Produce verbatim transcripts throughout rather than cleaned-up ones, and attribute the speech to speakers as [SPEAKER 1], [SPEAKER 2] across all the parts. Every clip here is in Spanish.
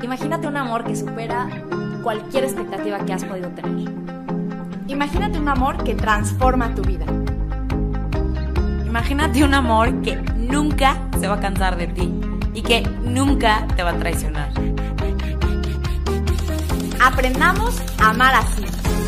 [SPEAKER 1] Imagínate un amor que supera cualquier expectativa que has podido tener.
[SPEAKER 2] Imagínate un amor que transforma tu vida.
[SPEAKER 3] Imagínate un amor que nunca se va a cansar de ti y que nunca te va a traicionar.
[SPEAKER 2] Aprendamos a amar así.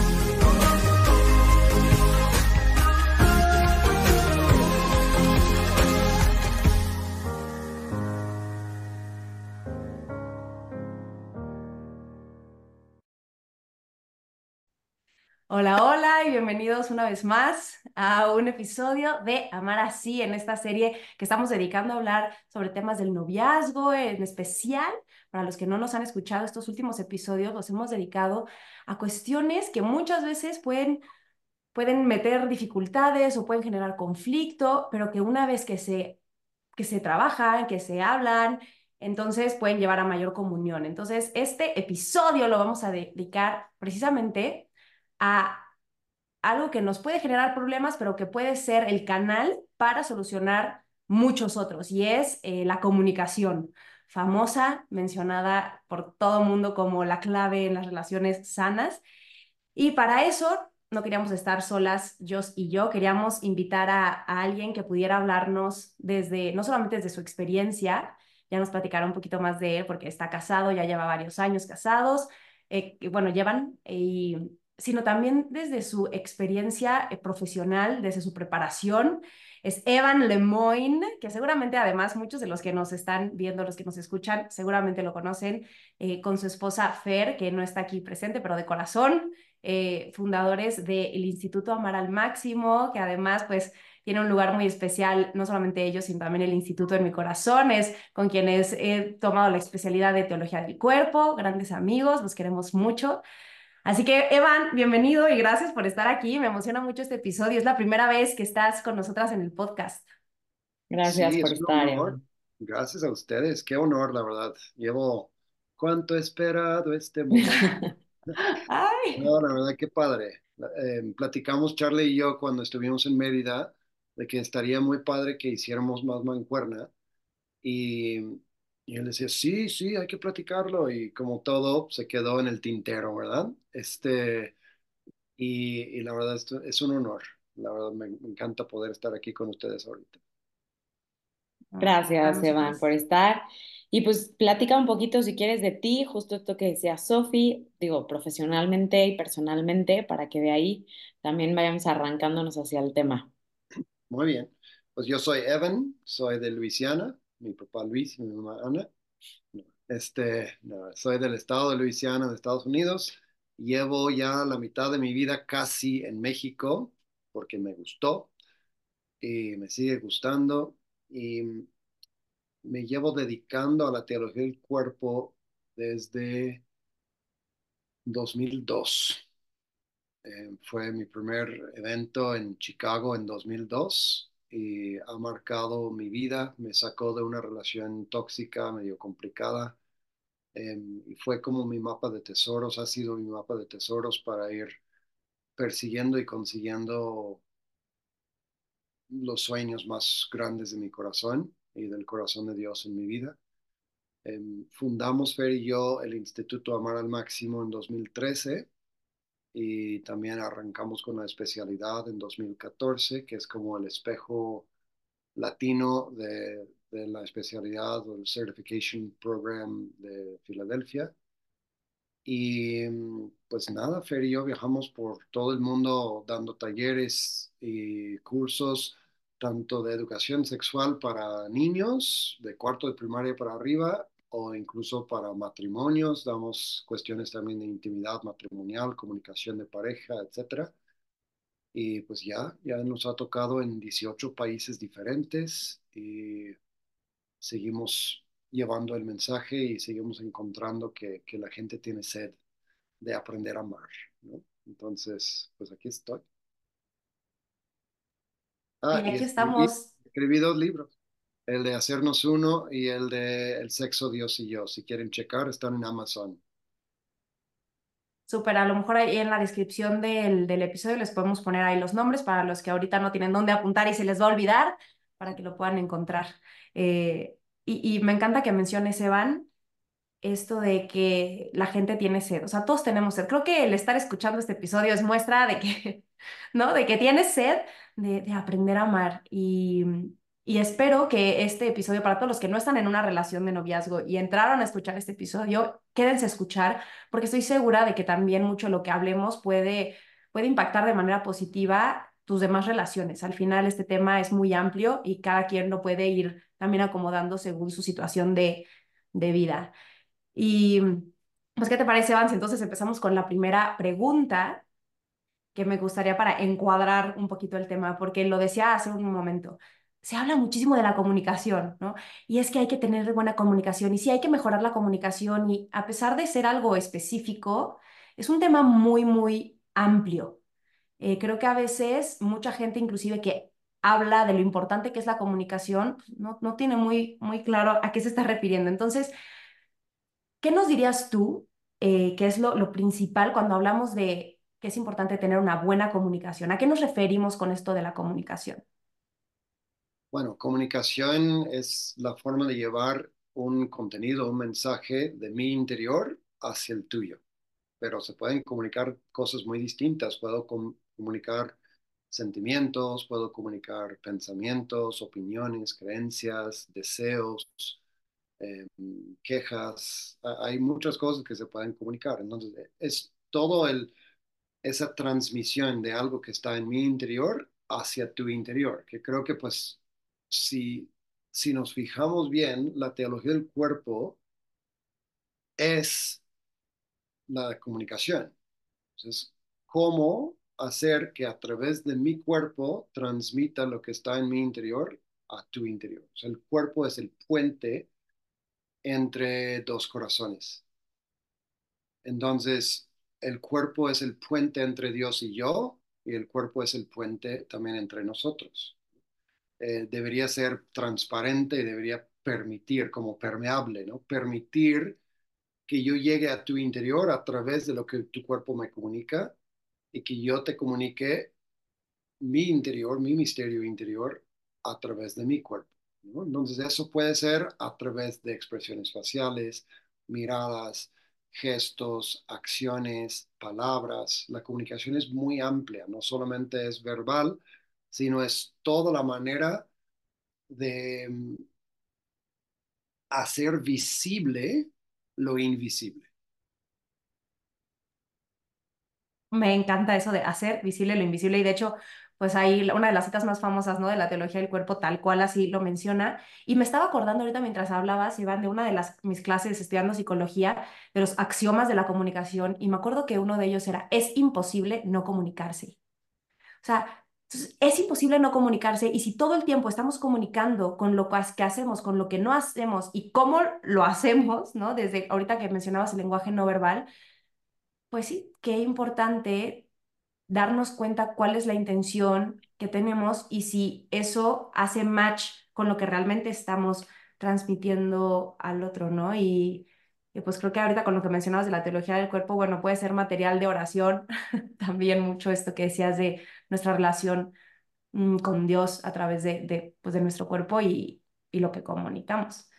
[SPEAKER 4] Hola, hola y bienvenidos una vez más a un episodio de Amar Así, en esta serie que estamos dedicando a hablar sobre temas del noviazgo. En especial, para los que no nos han escuchado, estos últimos episodios los hemos dedicado a cuestiones que muchas veces pueden, pueden meter dificultades o pueden generar conflicto, pero que una vez que se, que se trabajan, que se hablan, entonces pueden llevar a mayor comunión. Entonces, este episodio lo vamos a dedicar precisamente a algo que nos puede generar problemas, pero que puede ser el canal para solucionar muchos otros, y es eh, la comunicación, famosa, mencionada por todo mundo como la clave en las relaciones sanas. Y para eso no queríamos estar solas, Jos y yo, queríamos invitar a, a alguien que pudiera hablarnos desde, no solamente desde su experiencia, ya nos platicará un poquito más de él porque está casado, ya lleva varios años casados, eh, que, bueno, llevan, y, sino también desde su experiencia eh, profesional, desde su preparación. Es Evan Lemoine, que seguramente además muchos de los que nos están viendo, los que nos escuchan, seguramente lo conocen, eh, con su esposa Fer, que no está aquí presente, pero de corazón, eh, fundadores del Instituto Amar al Máximo, que además pues tiene un lugar muy especial, no solamente ellos, sino también el instituto en mi corazón. Es con quienes he tomado la especialidad de Teología del Cuerpo, grandes amigos, los queremos mucho. Así que, Evan, bienvenido y gracias por estar aquí. Me emociona mucho este episodio. Es la primera vez que estás con nosotras en el podcast.
[SPEAKER 3] Gracias
[SPEAKER 5] Sí,
[SPEAKER 3] por
[SPEAKER 5] es un
[SPEAKER 3] estar,
[SPEAKER 5] honor.
[SPEAKER 3] Evan.
[SPEAKER 5] Gracias a ustedes. Qué honor, la verdad. Llevo cuánto he esperado este momento.
[SPEAKER 4] Ay,
[SPEAKER 5] No, la verdad, qué padre. Eh, platicamos Charlie y yo cuando estuvimos en Mérida de que estaría muy padre que hiciéramos más mancuerna y, y él decía, sí, sí, hay que platicarlo y como todo se quedó en el tintero, ¿verdad? Este, y, y la verdad esto es un honor. La verdad me, me encanta poder estar aquí con ustedes ahorita.
[SPEAKER 4] para
[SPEAKER 3] Gracias, Evan,
[SPEAKER 4] nosotros.
[SPEAKER 3] por estar. Y pues platica un poquito si quieres de ti, justo esto que decía Sofi, digo, profesionalmente y personalmente, para que de ahí también vayamos arrancándonos hacia el tema.
[SPEAKER 5] Muy bien. Pues yo soy Evan, soy de Luisiana, mi papá Luis y mi mamá Ana. Este, no, soy del estado de Luisiana, de Estados Unidos. Llevo ya la mitad de mi vida casi en México porque me gustó y me sigue gustando y me llevo dedicando a la teología del cuerpo desde dos mil dos. Eh, fue mi primer evento en Chicago en dos mil dos y ha marcado mi vida. Me sacó de una relación tóxica, medio complicada, eh, y fue como mi mapa de tesoros, ha sido mi mapa de tesoros para ir persiguiendo y consiguiendo los sueños más grandes de mi corazón y del corazón de Dios en mi vida. Eh, fundamos Fer y yo el Instituto Amar al Máximo en dos mil trece y también arrancamos con la especialidad en dos mil catorce, que es como el espejo latino de, de la especialidad o el Certification Program de Filadelfia. Y pues nada, Fer y yo viajamos por todo el mundo dando talleres y cursos, tanto de educación sexual para niños, de cuarto de primaria para arriba, o incluso para matrimonios. Damos cuestiones también de intimidad matrimonial, comunicación de pareja, etcétera. Y pues ya, ya nos ha tocado en dieciocho países diferentes y seguimos llevando el mensaje y seguimos encontrando que, que la gente tiene sed de aprender a amar, ¿no? Entonces, pues aquí estoy. Ah,
[SPEAKER 4] Y
[SPEAKER 5] y
[SPEAKER 4] aquí
[SPEAKER 5] escribí,
[SPEAKER 4] estamos.
[SPEAKER 5] escribí dos libros, el de Hacernos Uno y el de El Sexo, Dios y Yo. Si quieren checar, están en Amazon.
[SPEAKER 4] Súper, a lo mejor ahí en la descripción del, del episodio les podemos poner ahí los nombres para los que ahorita no tienen dónde apuntar y se les va a olvidar, para que lo puedan encontrar. Eh, y, y me encanta que menciones, Evan. esto de que la gente tiene sed. O sea, todos tenemos sed. Creo que el estar escuchando este episodio es muestra de que, ¿no? De que tienes sed de, de aprender a amar. Y, y espero que este episodio, para todos los que no están en una relación de noviazgo y entraron a escuchar este episodio, quédense a escuchar, porque estoy segura de que también mucho lo que hablemos puede, puede impactar de manera positiva tus demás relaciones. Al final, este tema es muy amplio y cada quien lo puede ir también acomodando según su situación de, de vida. Y pues, ¿qué te parece, Vance? Entonces empezamos con la primera pregunta que me gustaría para encuadrar un poquito el tema, porque lo decía hace un momento. Se habla muchísimo de la comunicación, ¿no? Y es que hay que tener buena comunicación y sí hay que mejorar la comunicación y a pesar de ser algo específico, es un tema muy, muy amplio. Eh, creo que a veces mucha gente inclusive que habla de lo importante que es la comunicación, pues, no, no tiene muy, muy claro a qué se está refiriendo. Entonces, ¿qué nos dirías tú eh, que es lo, lo principal cuando hablamos de que es importante tener una buena comunicación? ¿A qué nos referimos con esto de la comunicación?
[SPEAKER 5] Bueno, comunicación es la forma de llevar un contenido, un mensaje de mi interior hacia el tuyo, pero se pueden comunicar cosas muy distintas. Puedo com- comunicar sentimientos, puedo comunicar pensamientos, opiniones, creencias, deseos, eh, quejas. Ha- Hay muchas cosas que se pueden comunicar. Entonces, es todo el, esa transmisión de algo que está en mi interior hacia tu interior, que creo que pues si, si nos fijamos bien, la teología del cuerpo es la comunicación. Entonces, ¿cómo hacer que a través de mi cuerpo transmita lo que está en mi interior a tu interior? O sea, el cuerpo es el puente entre dos corazones. Entonces, el cuerpo es el puente entre Dios y yo, y el cuerpo es el puente también entre nosotros. Eh, debería ser transparente y debería permitir, como permeable, ¿no? Permitir que yo llegue a tu interior a través de lo que tu cuerpo me comunica y que yo te comunique mi interior, mi misterio interior a través de mi cuerpo, ¿no? Entonces eso puede ser a través de expresiones faciales, miradas, gestos, acciones, palabras. La comunicación es muy amplia, no solamente es verbal, sino es toda la manera de mm, hacer visible lo invisible.
[SPEAKER 4] Me encanta eso de hacer visible lo invisible y de hecho, pues ahí una de las citas más famosas, ¿no? De la teología del cuerpo, tal cual así lo menciona. Y me estaba acordando ahorita mientras hablabas, Iván, de una de las mis clases estudiando psicología, de los axiomas de la comunicación y me acuerdo que uno de ellos era, es imposible no comunicarse. O sea, entonces, es imposible no comunicarse y si todo el tiempo estamos comunicando con lo que que hacemos, con lo que no hacemos y cómo lo hacemos, ¿no? Desde ahorita que mencionabas el lenguaje no verbal, pues sí, qué importante darnos cuenta cuál es la intención que tenemos y si eso hace match con lo que realmente estamos transmitiendo al otro, ¿no? Y, y pues creo que ahorita con lo que mencionabas de la teología del cuerpo, bueno, puede ser material de oración, también mucho esto que decías de nuestra relación mm, con Dios a través de, de, pues, de nuestro cuerpo y, y lo que comunicamos.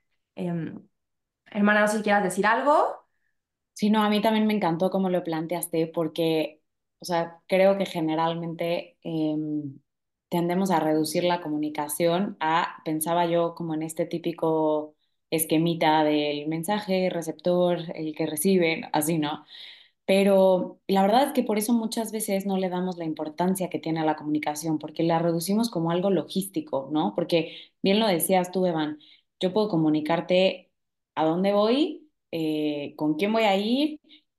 [SPEAKER 4] Em, hermana, no sé si quieras decir algo.
[SPEAKER 3] Sí, no, a mí también me encantó cómo lo planteaste porque, o sea, creo que generalmente em, tendemos a reducir la comunicación a, pensaba yo, como en este típico esquemita del mensaje, receptor, el que recibe, así, ¿no? Pero la verdad es que por eso muchas veces no le damos la importancia que tiene a la comunicación, porque la reducimos como algo logístico, ¿no? Porque bien lo decías tú, Evan, yo puedo comunicarte a dónde voy, eh, con quién voy a ir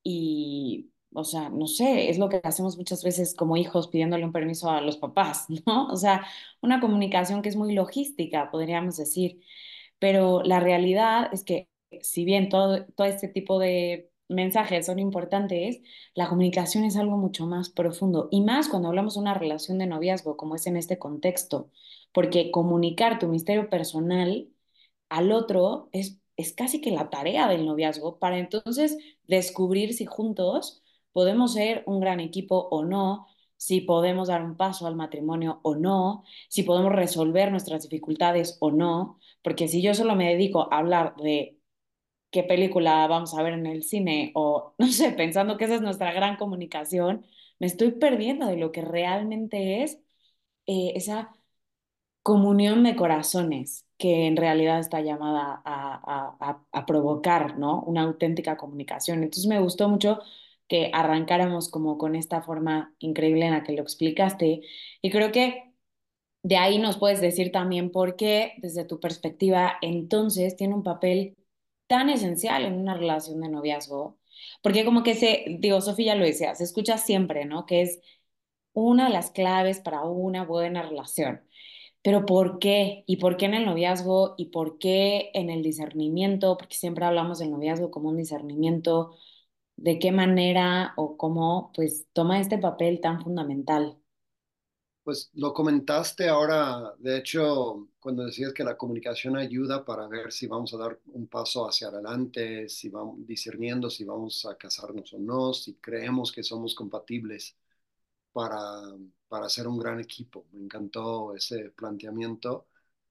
[SPEAKER 3] y, o sea, no sé, es lo que hacemos muchas veces como hijos pidiéndole un permiso a los papás, ¿no? O sea, una comunicación que es muy logística, podríamos decir. Pero la realidad es que si bien todo, todo este tipo de mensajes son importantes, la comunicación es algo mucho más profundo y más cuando hablamos de una relación de noviazgo, como es en este contexto, porque comunicar tu misterio personal al otro es, es casi que la tarea del noviazgo para entonces descubrir si juntos podemos ser un gran equipo o no, si podemos dar un paso al matrimonio o no, si podemos resolver nuestras dificultades o no, porque si yo solo me dedico a hablar de qué película vamos a ver en el cine o, no sé, pensando que esa es nuestra gran comunicación, me estoy perdiendo de lo que realmente es eh, esa comunión de corazones que en realidad está llamada a, a, a, a provocar, ¿no? Una auténtica comunicación. Entonces me gustó mucho que arrancáramos como con esta forma increíble en la que lo explicaste y creo que de ahí nos puedes decir también por qué, desde tu perspectiva, entonces tiene un papel tan esencial en una relación de noviazgo. Porque como que se, digo, Sofía lo decía, se escucha siempre, ¿no? Que es una de las claves para una buena relación. Pero ¿por qué? ¿Y por qué en el noviazgo? ¿Y por qué en el discernimiento? Porque siempre hablamos del noviazgo como un discernimiento. ¿De qué manera o cómo, pues, toma este papel tan fundamental?
[SPEAKER 5] Pues lo comentaste ahora, de hecho, cuando decías que la comunicación ayuda para ver si vamos a dar un paso hacia adelante, si vamos discerniendo si vamos a casarnos o no, si creemos que somos compatibles para, para hacer un gran equipo. Me encantó ese planteamiento.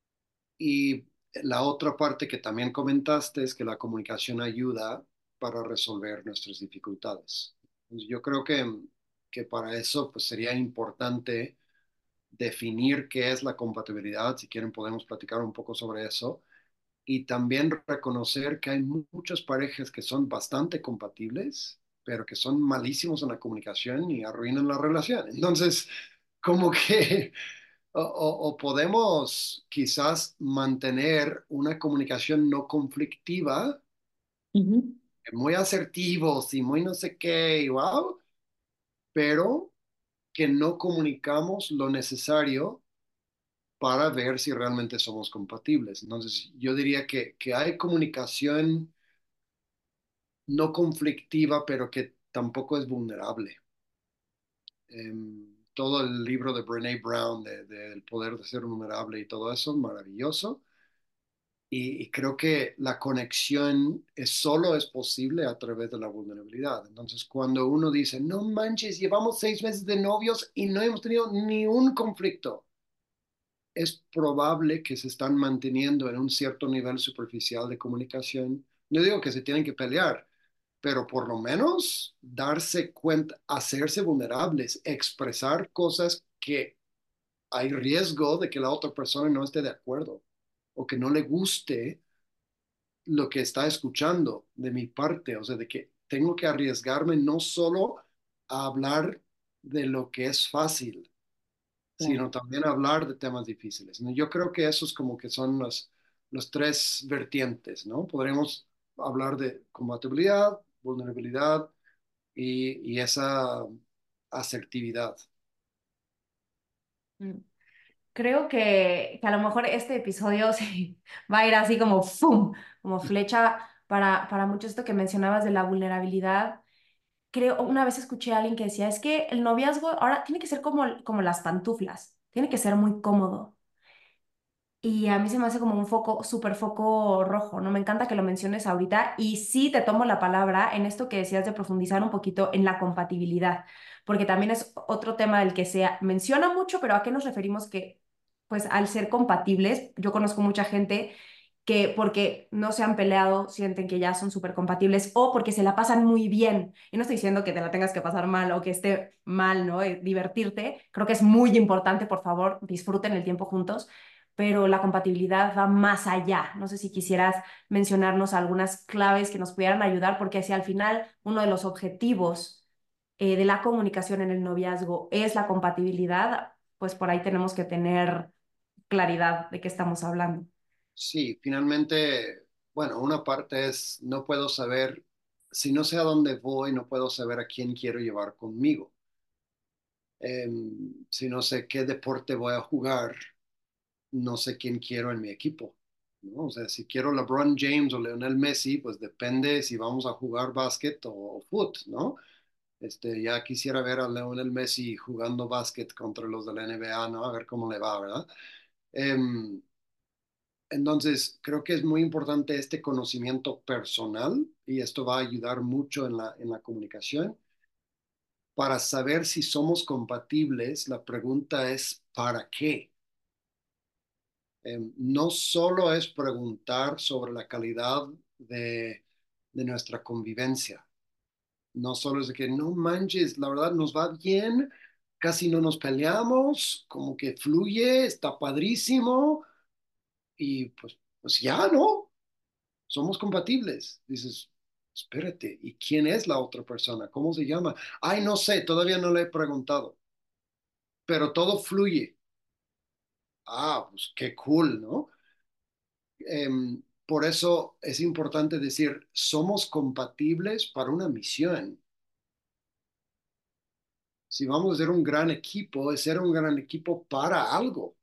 [SPEAKER 5] Y la otra parte que también comentaste es que la comunicación ayuda para resolver nuestras dificultades. Entonces, yo creo que, que para eso pues, sería importante definir qué es la compatibilidad. Si quieren, podemos platicar un poco sobre eso. Y también reconocer que hay mu- muchas parejas que son bastante compatibles, pero que son malísimos en la comunicación y arruinan la relación. Entonces, como que o, o- o podemos quizás mantener una comunicación no conflictiva,
[SPEAKER 3] Ujú.
[SPEAKER 5] muy asertivos y muy no sé qué, y wow, pero que no comunicamos lo necesario para ver si realmente somos compatibles. Entonces, yo diría que, que hay comunicación no conflictiva, pero que tampoco es vulnerable. Em, todo el libro de Brené Brown, de, de El poder de ser vulnerable y todo eso, maravilloso. Y, y creo que la conexión es, solo es posible a través de la vulnerabilidad. Entonces, cuando uno dice, no manches, llevamos seis meses de novios y no hemos tenido ni un conflicto, es probable que se están manteniendo en un cierto nivel superficial de comunicación. No digo que se tienen que pelear, pero por lo menos darse cuenta, hacerse vulnerables, expresar cosas que hay riesgo de que la otra persona no esté de acuerdo o que no le guste lo que está escuchando de mi parte, o sea, de que tengo que arriesgarme no solo a hablar de lo que es fácil,
[SPEAKER 3] Claro.
[SPEAKER 5] sino también hablar de temas difíciles, ¿no? Yo creo que esos como que son los, los tres vertientes, ¿no? Podríamos hablar de compatibilidad, vulnerabilidad y, y esa asertividad.
[SPEAKER 4] Mm. Creo que, que a lo mejor este episodio sí, va a ir así como ¡fum! Como flecha para, para mucho esto que mencionabas de la vulnerabilidad. Creo, una vez escuché a alguien que decía, es que el noviazgo ahora tiene que ser como, como las pantuflas, tiene que ser muy cómodo. Y a mí se me hace como un foco, súper foco rojo, ¿no? Me encanta que lo menciones ahorita y sí te tomo la palabra en esto que decías de profundizar un poquito en la compatibilidad, porque también es otro tema del que se menciona mucho, pero ¿a qué nos referimos que, pues al ser compatibles, yo conozco mucha gente que porque no se han peleado sienten que ya son súper compatibles o porque se la pasan muy bien. Y no estoy diciendo que te la tengas que pasar mal o que esté mal, ¿no? Eh, divertirte. Creo que es muy importante, por favor, disfruten el tiempo juntos, pero la compatibilidad va más allá. No sé si quisieras mencionarnos algunas claves que nos pudieran ayudar, porque si al final uno de los objetivos eh, de la comunicación en el noviazgo es la compatibilidad, pues por ahí tenemos que tener claridad de qué estamos hablando.
[SPEAKER 5] Sí, finalmente, bueno, una parte es, no puedo saber, si no sé a dónde voy, no puedo saber a quién quiero llevar conmigo. Em, si no sé qué deporte voy a jugar, no sé quién quiero en mi equipo, ¿no? O sea, si quiero LeBron James o Lionel Messi, pues depende si vamos a jugar básquet o, o foot, ¿no? Este, ya quisiera ver a Lionel Messi jugando básquet contra los de la N B A, ¿no? A ver cómo le va, ¿verdad? Em, entonces, creo que es muy importante este conocimiento personal y esto va a ayudar mucho en la, en la comunicación. Para saber si somos compatibles, la pregunta es ¿para qué? Eh, no solo es preguntar sobre la calidad de, de nuestra convivencia. No solo es de que no manches, la verdad nos va bien, casi no nos peleamos, como que fluye, está padrísimo y pues, pues ya, ¿no? Somos compatibles. Dices, espérate, ¿y quién es la otra persona? ¿Cómo se llama? Ay, no sé, todavía no le he preguntado, pero todo fluye. Ah, pues qué cool, ¿no? Em, por eso es importante decir, somos compatibles para una misión. Si vamos a ser un gran equipo, es ser un gran equipo para algo.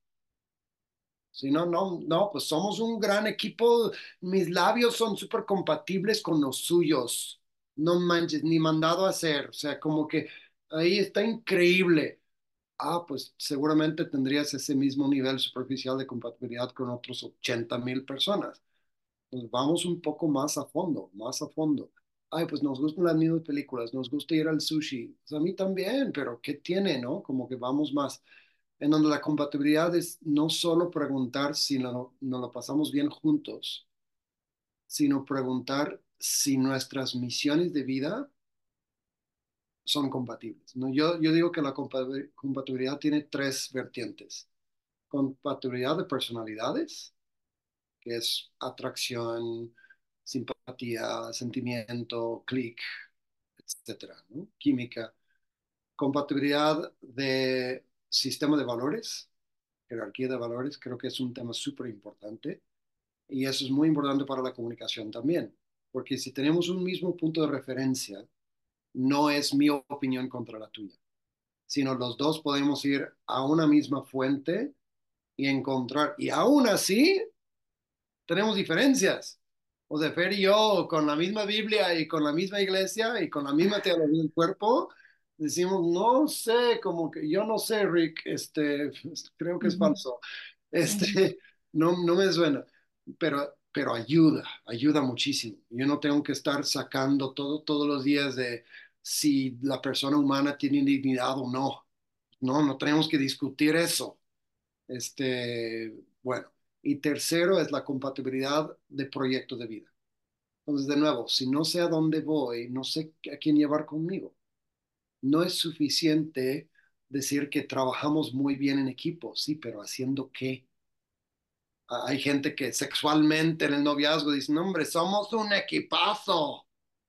[SPEAKER 5] Si no, no, no, pues somos un gran equipo. Mis labios son súper compatibles con los suyos. No manches, ni mandado a hacer. O sea, como que ahí está increíble. Ah, pues seguramente tendrías ese mismo nivel superficial de compatibilidad con otros ochenta mil personas. Pues vamos un poco más a fondo, más a fondo. Ay, pues nos gustan las mismas películas, nos gusta ir al sushi. Pues a mí también, pero ¿qué tiene, no? Como que vamos más. En donde la compatibilidad es no solo preguntar si no, nos lo pasamos bien juntos, sino preguntar si nuestras misiones de vida son compatibles, ¿no? Yo, yo digo que la compatibilidad tiene tres vertientes. Compatibilidad de personalidades, que es atracción, simpatía, sentimiento, clic, etcétera, ¿no? Química. Compatibilidad de sistema de valores, jerarquía de valores, creo que es un tema súper importante y eso es muy importante para la comunicación también, porque si tenemos un mismo punto de referencia, no es mi opinión contra la tuya, sino los dos podemos ir a una misma fuente y encontrar, y aún así tenemos diferencias. O sea, Fer y yo, con la misma Biblia y con la misma iglesia y con la misma teología del cuerpo, decimos, no sé, como que yo no sé, Rick, este, creo que es
[SPEAKER 4] Ujú,
[SPEAKER 5] falso.
[SPEAKER 4] ujú,
[SPEAKER 5] Este, no, no me suena, pero, pero ayuda, ayuda muchísimo. Yo no tengo que estar sacando todo, todos los días de si la persona humana tiene dignidad o no. No, no tenemos que discutir eso. Este, bueno, y tercero es la compatibilidad de proyecto de vida. Entonces, de nuevo, si no sé a dónde voy, no sé a quién llevar conmigo. No es suficiente decir que trabajamos muy bien en equipo, sí, pero ¿haciendo qué? Ah, hay gente que sexualmente en el noviazgo dice, no, hombre, somos un equipazo,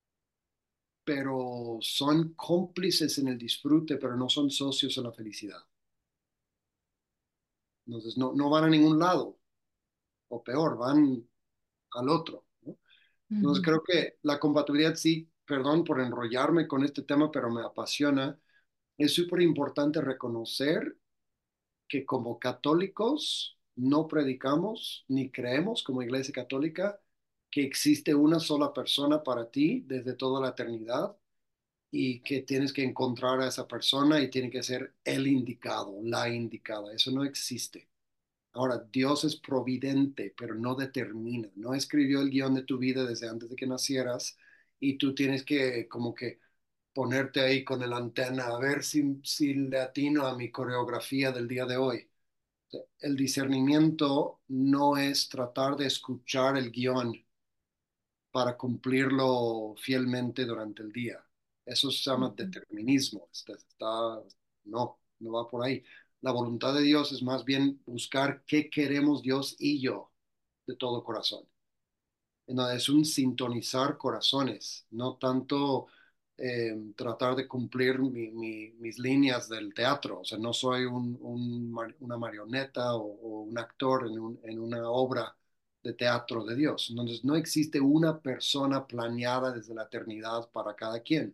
[SPEAKER 5] pero son cómplices en el disfrute, pero no son socios en la felicidad. Entonces, no, no van a ningún lado, o peor, van al otro, ¿no? Entonces
[SPEAKER 4] ujú,
[SPEAKER 5] creo que la compatibilidad, sí, perdón por enrollarme con este tema, pero me apasiona. Es súper importante reconocer que como católicos no predicamos ni creemos como Iglesia Católica que existe una sola persona para ti desde toda la eternidad y que tienes que encontrar a esa persona y tiene que ser el indicado, la indicada. Eso no existe. Ahora, Dios es providente, pero no determina. No escribió el guión de tu vida desde antes de que nacieras y tú tienes que como que ponerte ahí con el antena a ver si, si le atino a mi coreografía del día de hoy. O sea, el discernimiento no es tratar de escuchar el guión para cumplirlo fielmente durante el día. Eso se llama
[SPEAKER 4] ujú,
[SPEAKER 5] determinismo. Está, está- no, no va por ahí. La voluntad de Dios es más bien buscar qué queremos Dios y yo de todo corazón. No, es un sintonizar corazones, no tanto eh, tratar de cumplir mi- mi- mis líneas del teatro. O sea, no soy un- un mar- una marioneta o, o un actor en, un- en una obra de teatro de Dios. Entonces, no existe una persona planeada desde la eternidad para cada quien.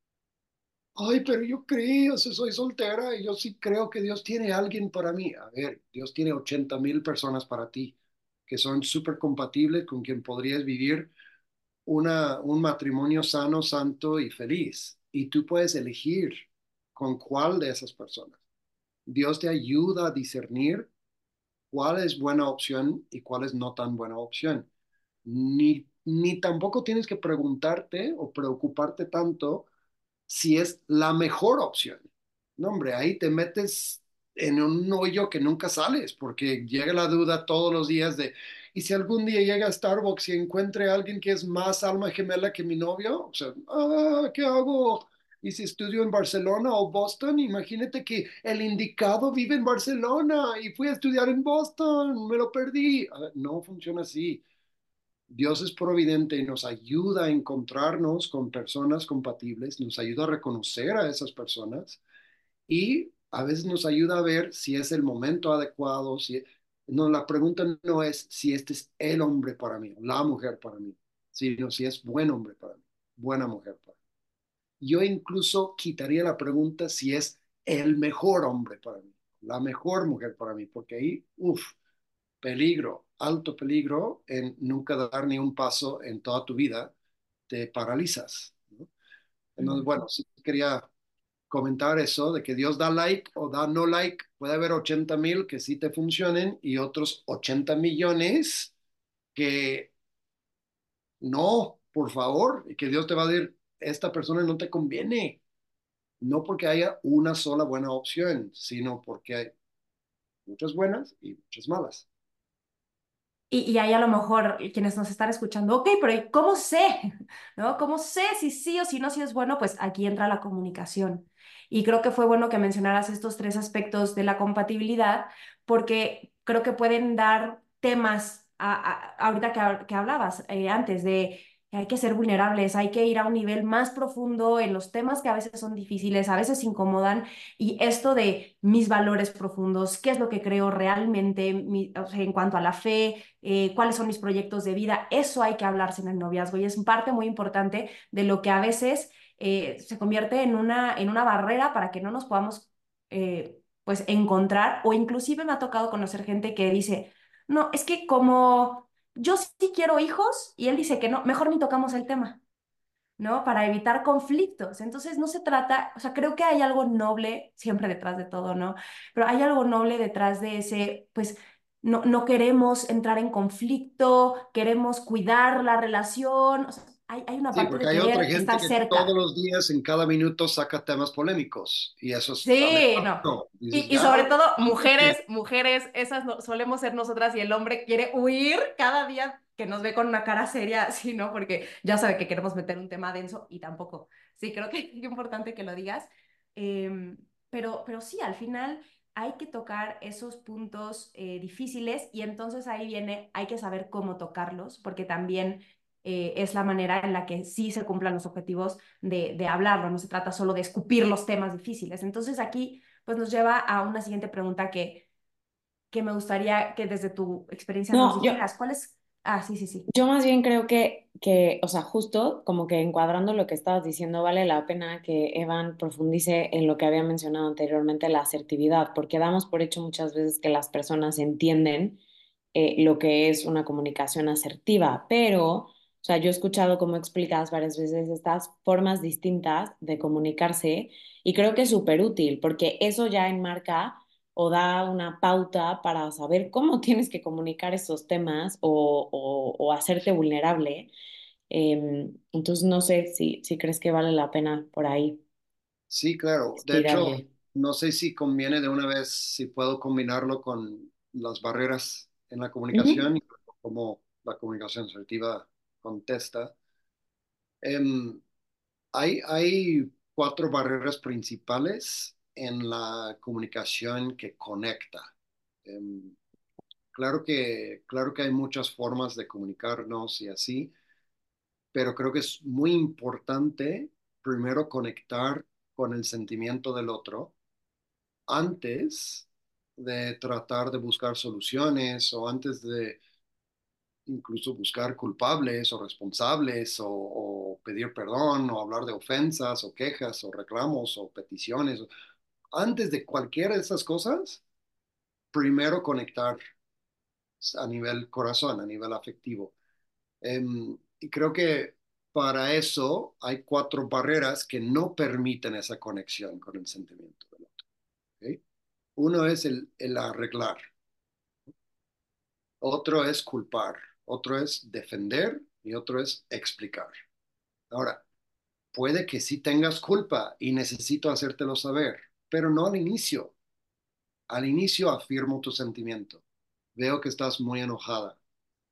[SPEAKER 5] Ay, pero yo creo, o sea, soy soltera y yo sí creo que Dios tiene a alguien para mí. A ver, Dios tiene ochenta mil personas para ti que son súper compatibles con quien podrías vivir una, un matrimonio sano, santo y feliz. Y tú puedes elegir con cuál de esas personas. Dios te ayuda a discernir cuál es buena opción y cuál es no tan buena opción. Ni, ni tampoco tienes que preguntarte o preocuparte tanto si es la mejor opción. No, hombre, ahí te metes en un hoyo que nunca sales porque llega la duda todos los días de Y si algún día llega a Starbucks y encuentre a alguien que es más alma gemela que mi novio, o sea, ah, ¿qué hago? Y si estudio en Barcelona o Boston, imagínate que el indicado vive en Barcelona y fui a estudiar en Boston, me lo perdí. A ver, no funciona así. Dios es providente y nos ayuda a encontrarnos con personas compatibles, nos ayuda a reconocer a esas personas y a veces nos ayuda a ver si es el momento adecuado, si no, la pregunta no es si este es el hombre para mí, la mujer para mí, sino si es buen hombre para mí, buena mujer para mí. Yo incluso quitaría la pregunta si es el mejor hombre para mí, la mejor mujer para mí, porque ahí, uff, peligro, alto peligro en nunca dar ni un paso en toda tu vida, te paralizas, ¿no? Entonces, bueno, sí quería comentar eso de que Dios da like o da no like. Puede haber ochenta mil que sí te funcionen y otros ochenta millones que no, por favor, y que Dios te va a decir, esta persona no te conviene. No porque haya una sola buena opción, sino porque hay muchas buenas y muchas malas.
[SPEAKER 4] Y, y ahí a lo mejor quienes nos están escuchando, ok, pero ¿y ¿cómo sé? ¿No? ¿Cómo sé si sí o si no, si es bueno? Pues aquí entra la comunicación. Y creo que fue bueno que mencionaras estos tres aspectos de la compatibilidad, porque creo que pueden dar temas, a, a- ahorita que, hab- que hablabas eh, antes, de que hay que ser vulnerables, hay que ir a un nivel más profundo en los temas que a veces son difíciles, a veces incomodan, y esto de mis valores profundos, qué es lo que creo realmente mi- o sea, en cuanto a la fe, eh, cuáles son mis proyectos de vida, eso hay que hablarse en el noviazgo y es parte muy importante de lo que a veces eh, se convierte en una, en una barrera para que no nos podamos eh, pues encontrar, o inclusive me ha tocado conocer gente que dice, no, es que como yo sí quiero hijos y él dice que no, mejor ni tocamos el tema. ¿No? Para evitar conflictos. Entonces, no se trata, o sea, creo que hay algo noble siempre detrás de todo, ¿no? Pero hay algo noble detrás de ese, pues, no, no queremos entrar en conflicto, queremos cuidar la relación, o sea, hay, hay una
[SPEAKER 5] Sí,
[SPEAKER 4] parte
[SPEAKER 5] porque
[SPEAKER 4] de
[SPEAKER 5] hay otra
[SPEAKER 4] querer
[SPEAKER 5] gente
[SPEAKER 4] estar
[SPEAKER 5] que todos
[SPEAKER 4] cerca.
[SPEAKER 5] los días, en cada minuto, saca temas polémicos y eso está
[SPEAKER 4] Sí, no.
[SPEAKER 5] nefasto. Dices,
[SPEAKER 4] Y, y
[SPEAKER 5] ya,
[SPEAKER 4] sobre todo,
[SPEAKER 5] cálmate.
[SPEAKER 4] mujeres, mujeres, esas no- solemos ser nosotras y el hombre quiere huir cada día que nos ve con una cara seria, así, ¿no? Porque ya sabe que queremos meter un tema denso y tampoco. Sí, creo que es importante que lo digas. Em, pero, pero sí, al final hay que tocar esos puntos eh, difíciles y entonces ahí viene, hay que saber cómo tocarlos, porque también eh, es la manera en la que sí se cumplan los objetivos de, de hablarlo, no se trata solo de escupir los temas difíciles. Entonces aquí pues nos lleva a una siguiente pregunta que, que me gustaría que desde tu experiencia nos
[SPEAKER 3] No, yo,
[SPEAKER 4] dijeras. ¿Cuál es? Ah, sí, sí, sí.
[SPEAKER 3] yo más bien creo que, que, o sea, justo como que encuadrando lo que estabas diciendo, vale la pena que Evan profundice en lo que había mencionado anteriormente, la asertividad, porque damos por hecho muchas veces que las personas entienden eh, lo que es una comunicación asertiva, pero, o sea, yo he escuchado cómo explicas varias veces estas formas distintas de comunicarse y creo que es súper útil, porque eso ya enmarca o da una pauta para saber cómo tienes que comunicar esos temas o, o- o hacerte vulnerable. Em, entonces, no sé si, si crees que vale la pena por ahí
[SPEAKER 5] Sí, claro. De hecho,
[SPEAKER 3] tirarle.
[SPEAKER 5] no sé si conviene de una vez, si puedo combinarlo con las barreras en la
[SPEAKER 3] Ujú.
[SPEAKER 5] comunicación y cómo la comunicación asertiva contesta. Em, hay, hay cuatro barreras principales en la comunicación que conecta. Em, claro que, claro que hay muchas formas de comunicarnos y así, pero creo que es muy importante primero conectar con el sentimiento del otro antes de tratar de buscar soluciones o antes de incluso buscar culpables o responsables o, o pedir perdón o hablar de ofensas o quejas o reclamos o peticiones. Antes de cualquiera de esas cosas, primero conectar a nivel corazón, a nivel afectivo. Em, y creo que para eso hay cuatro barreras que no permiten esa conexión con el sentimiento del otro. ¿Ok? Uno es el, el arreglar, otro es culpar, otro es defender y otro es explicar. Ahora, puede que sí tengas culpa y necesito hacértelo saber, pero no al inicio. Al inicio afirmo tu sentimiento. Veo que estás muy enojada.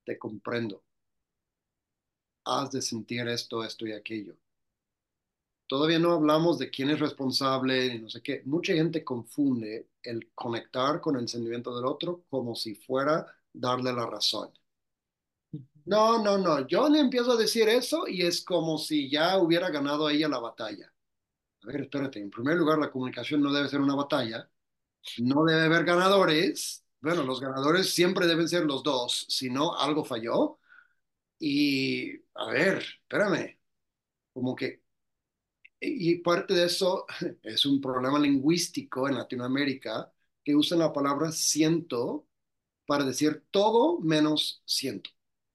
[SPEAKER 5] te comprendo, has de sentir esto, esto y aquello. Todavía no hablamos de quién es responsable y no sé qué. Mucha gente confunde el conectar con el sentimiento del otro como si fuera darle la razón. No, no, no. Yo le empiezo a decir eso y es como si ya hubiera ganado ella la batalla. A ver, espérate. En primer lugar, la comunicación no debe ser una batalla. No debe haber ganadores. Bueno, los ganadores siempre deben ser los dos. Si no, algo falló. Y, a ver, espérame. Como que y parte de eso es un problema lingüístico en Latinoamérica que usan la palabra siento para decir todo menos siento.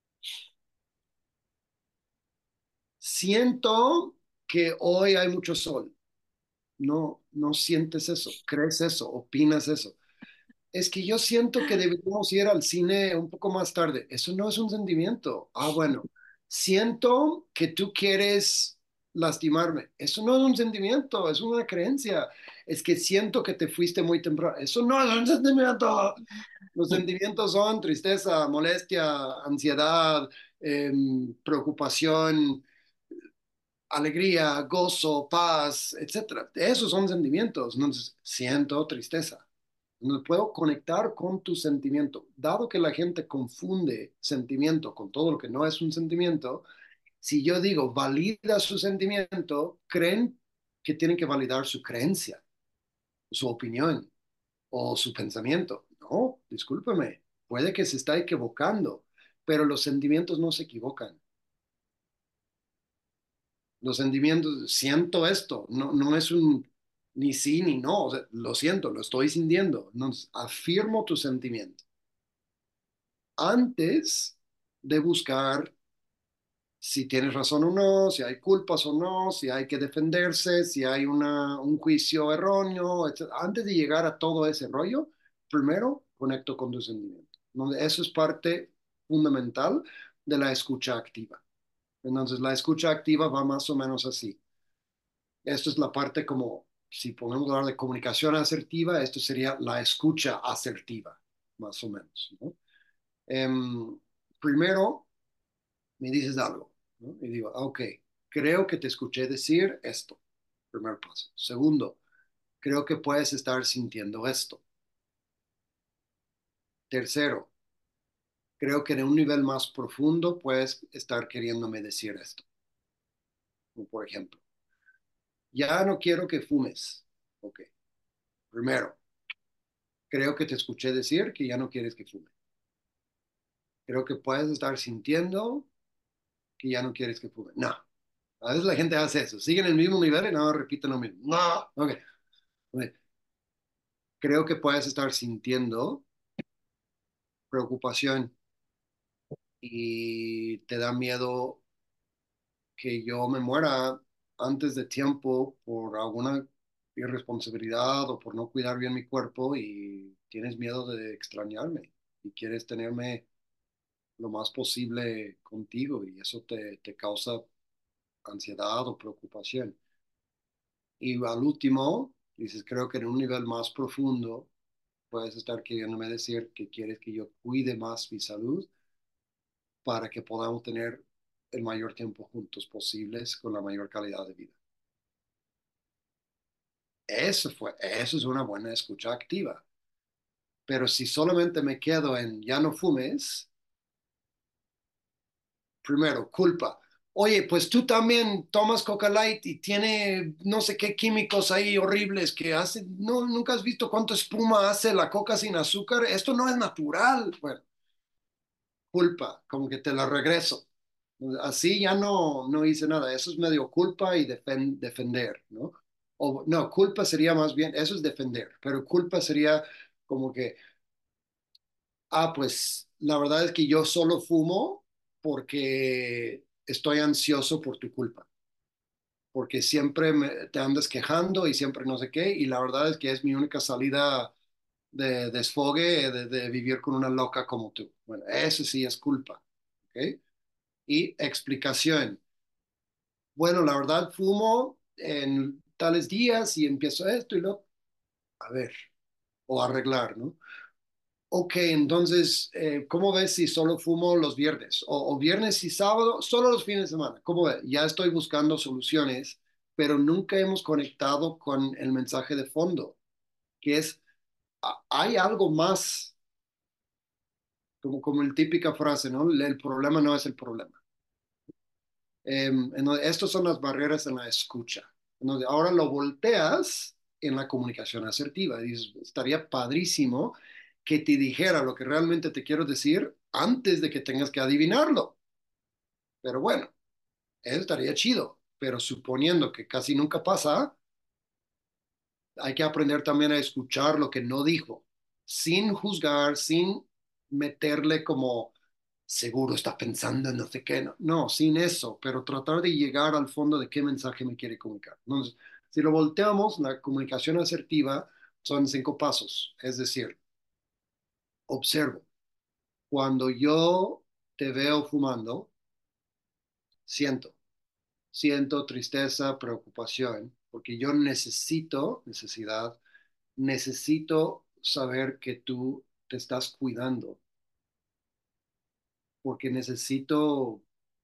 [SPEAKER 5] Siento que hoy hay mucho sol. No, no sientes eso, crees eso, opinas eso. Es que yo siento que deberíamos ir al cine un poco más tarde. Eso no es un sentimiento. Ah, bueno, siento que tú quieres lastimarme. Eso no es un sentimiento, es una creencia. Es que siento que te fuiste muy temprano. Eso no es un sentimiento. Los sentimientos son tristeza, molestia, ansiedad, em, preocupación, alegría, gozo, paz, etcétera. Esos son sentimientos. Entonces, siento tristeza. No puedo conectar con tu sentimiento. Dado que la gente confunde sentimiento con todo lo que no es un sentimiento, si yo digo valida su sentimiento, creen que tienen que validar su creencia, su opinión o su pensamiento. No, discúlpeme, puede que se está equivocando, pero los sentimientos no se equivocan. Los sentimientos, siento esto, no, no es un ni sí ni no, o sea, lo siento, lo estoy sintiendo. Entonces, afirmo tu sentimiento antes de buscar si tienes razón o no, si hay culpas o no, si hay que defenderse, si hay una, un juicio erróneo, etcétera. Antes de llegar a todo ese rollo, primero conecto con tu sentimiento. Donde eso es parte fundamental de la escucha activa. Entonces, la escucha activa va más o menos así. Esto es la parte como, si podemos hablar de comunicación asertiva, esto sería la escucha asertiva, más o menos, ¿no? Em, primero, me dices algo, ¿no? Y digo, ah, ok, creo que te escuché decir esto, primer paso. Segundo, creo que puedes estar sintiendo esto. Tercero, creo que en un nivel más profundo puedes estar queriéndome decir esto. Como por ejemplo, ya no quiero que fumes. Ok, primero, creo que te escuché decir que ya no quieres que fume. Creo que puedes estar sintiendo que ya no quieres que fume. No, a veces la gente hace eso, siguen el mismo nivel y no repiten lo mismo. No, ok. Ok. Creo que puedes estar sintiendo preocupación y te da miedo que yo me muera antes de tiempo por alguna irresponsabilidad o por no cuidar bien mi cuerpo y tienes miedo de extrañarme y quieres tenerme lo más posible contigo y eso te, te causa ansiedad o preocupación. Y al último, dices, creo que en un nivel más profundo puedes estar queriéndome decir que quieres que yo cuide más mi salud para que podamos tener el mayor tiempo juntos posibles con la mayor calidad de vida. Eso fue, eso es una buena escucha activa. Pero si solamente me quedo en ya no fumes, primero, culpa. Oye, pues tú también tomas Coca Light y tiene no sé qué químicos ahí horribles que hacen. No, nunca has visto cuánto espuma hace la Coca sin azúcar. Esto no es natural. Bueno, culpa, como que te la regreso. Así ya no, no hice nada. Eso es medio culpa y defen- defender, ¿no? O no, culpa sería más bien, eso es defender, pero culpa sería como que, ah, pues la verdad es que yo solo fumo porque estoy ansioso por tu culpa, porque siempre me- te andas quejando y siempre no sé qué, y la verdad es que es mi única salida de desfogue de, de vivir con una loca como tú. Bueno, eso sí es culpa, ¿ok? Y explicación. Bueno, la verdad fumo en tales días y empiezo esto y lo, a ver, o arreglar, ¿no? ok, entonces, eh, ¿cómo ves si solo fumo los viernes? O, o viernes y sábado, solo los fines de semana. ¿Cómo ves? Ya estoy buscando soluciones, pero nunca hemos conectado con el mensaje de fondo, que es, a- hay algo más, como, como el típica frase, ¿no? El problema no es el problema. Eh, entonces, estas son las barreras en la escucha. Entonces, ahora lo volteas en la comunicación asertiva. Dices, estaría padrísimo que te dijera lo que realmente te quiero decir antes de que tengas que adivinarlo. Pero bueno, eso estaría chido. Pero suponiendo que casi nunca pasa, hay que aprender también a escuchar lo que no dijo, sin juzgar, sin meterle como seguro está pensando en no sé qué. No, no, sin eso, pero tratar de llegar al fondo de qué mensaje me quiere comunicar. Entonces, si lo volteamos, la comunicación asertiva son cinco pasos. Es decir, observo. Cuando yo te veo fumando, siento, siento tristeza, preocupación, porque yo necesito, necesidad, necesito saber que tú te estás cuidando, porque necesito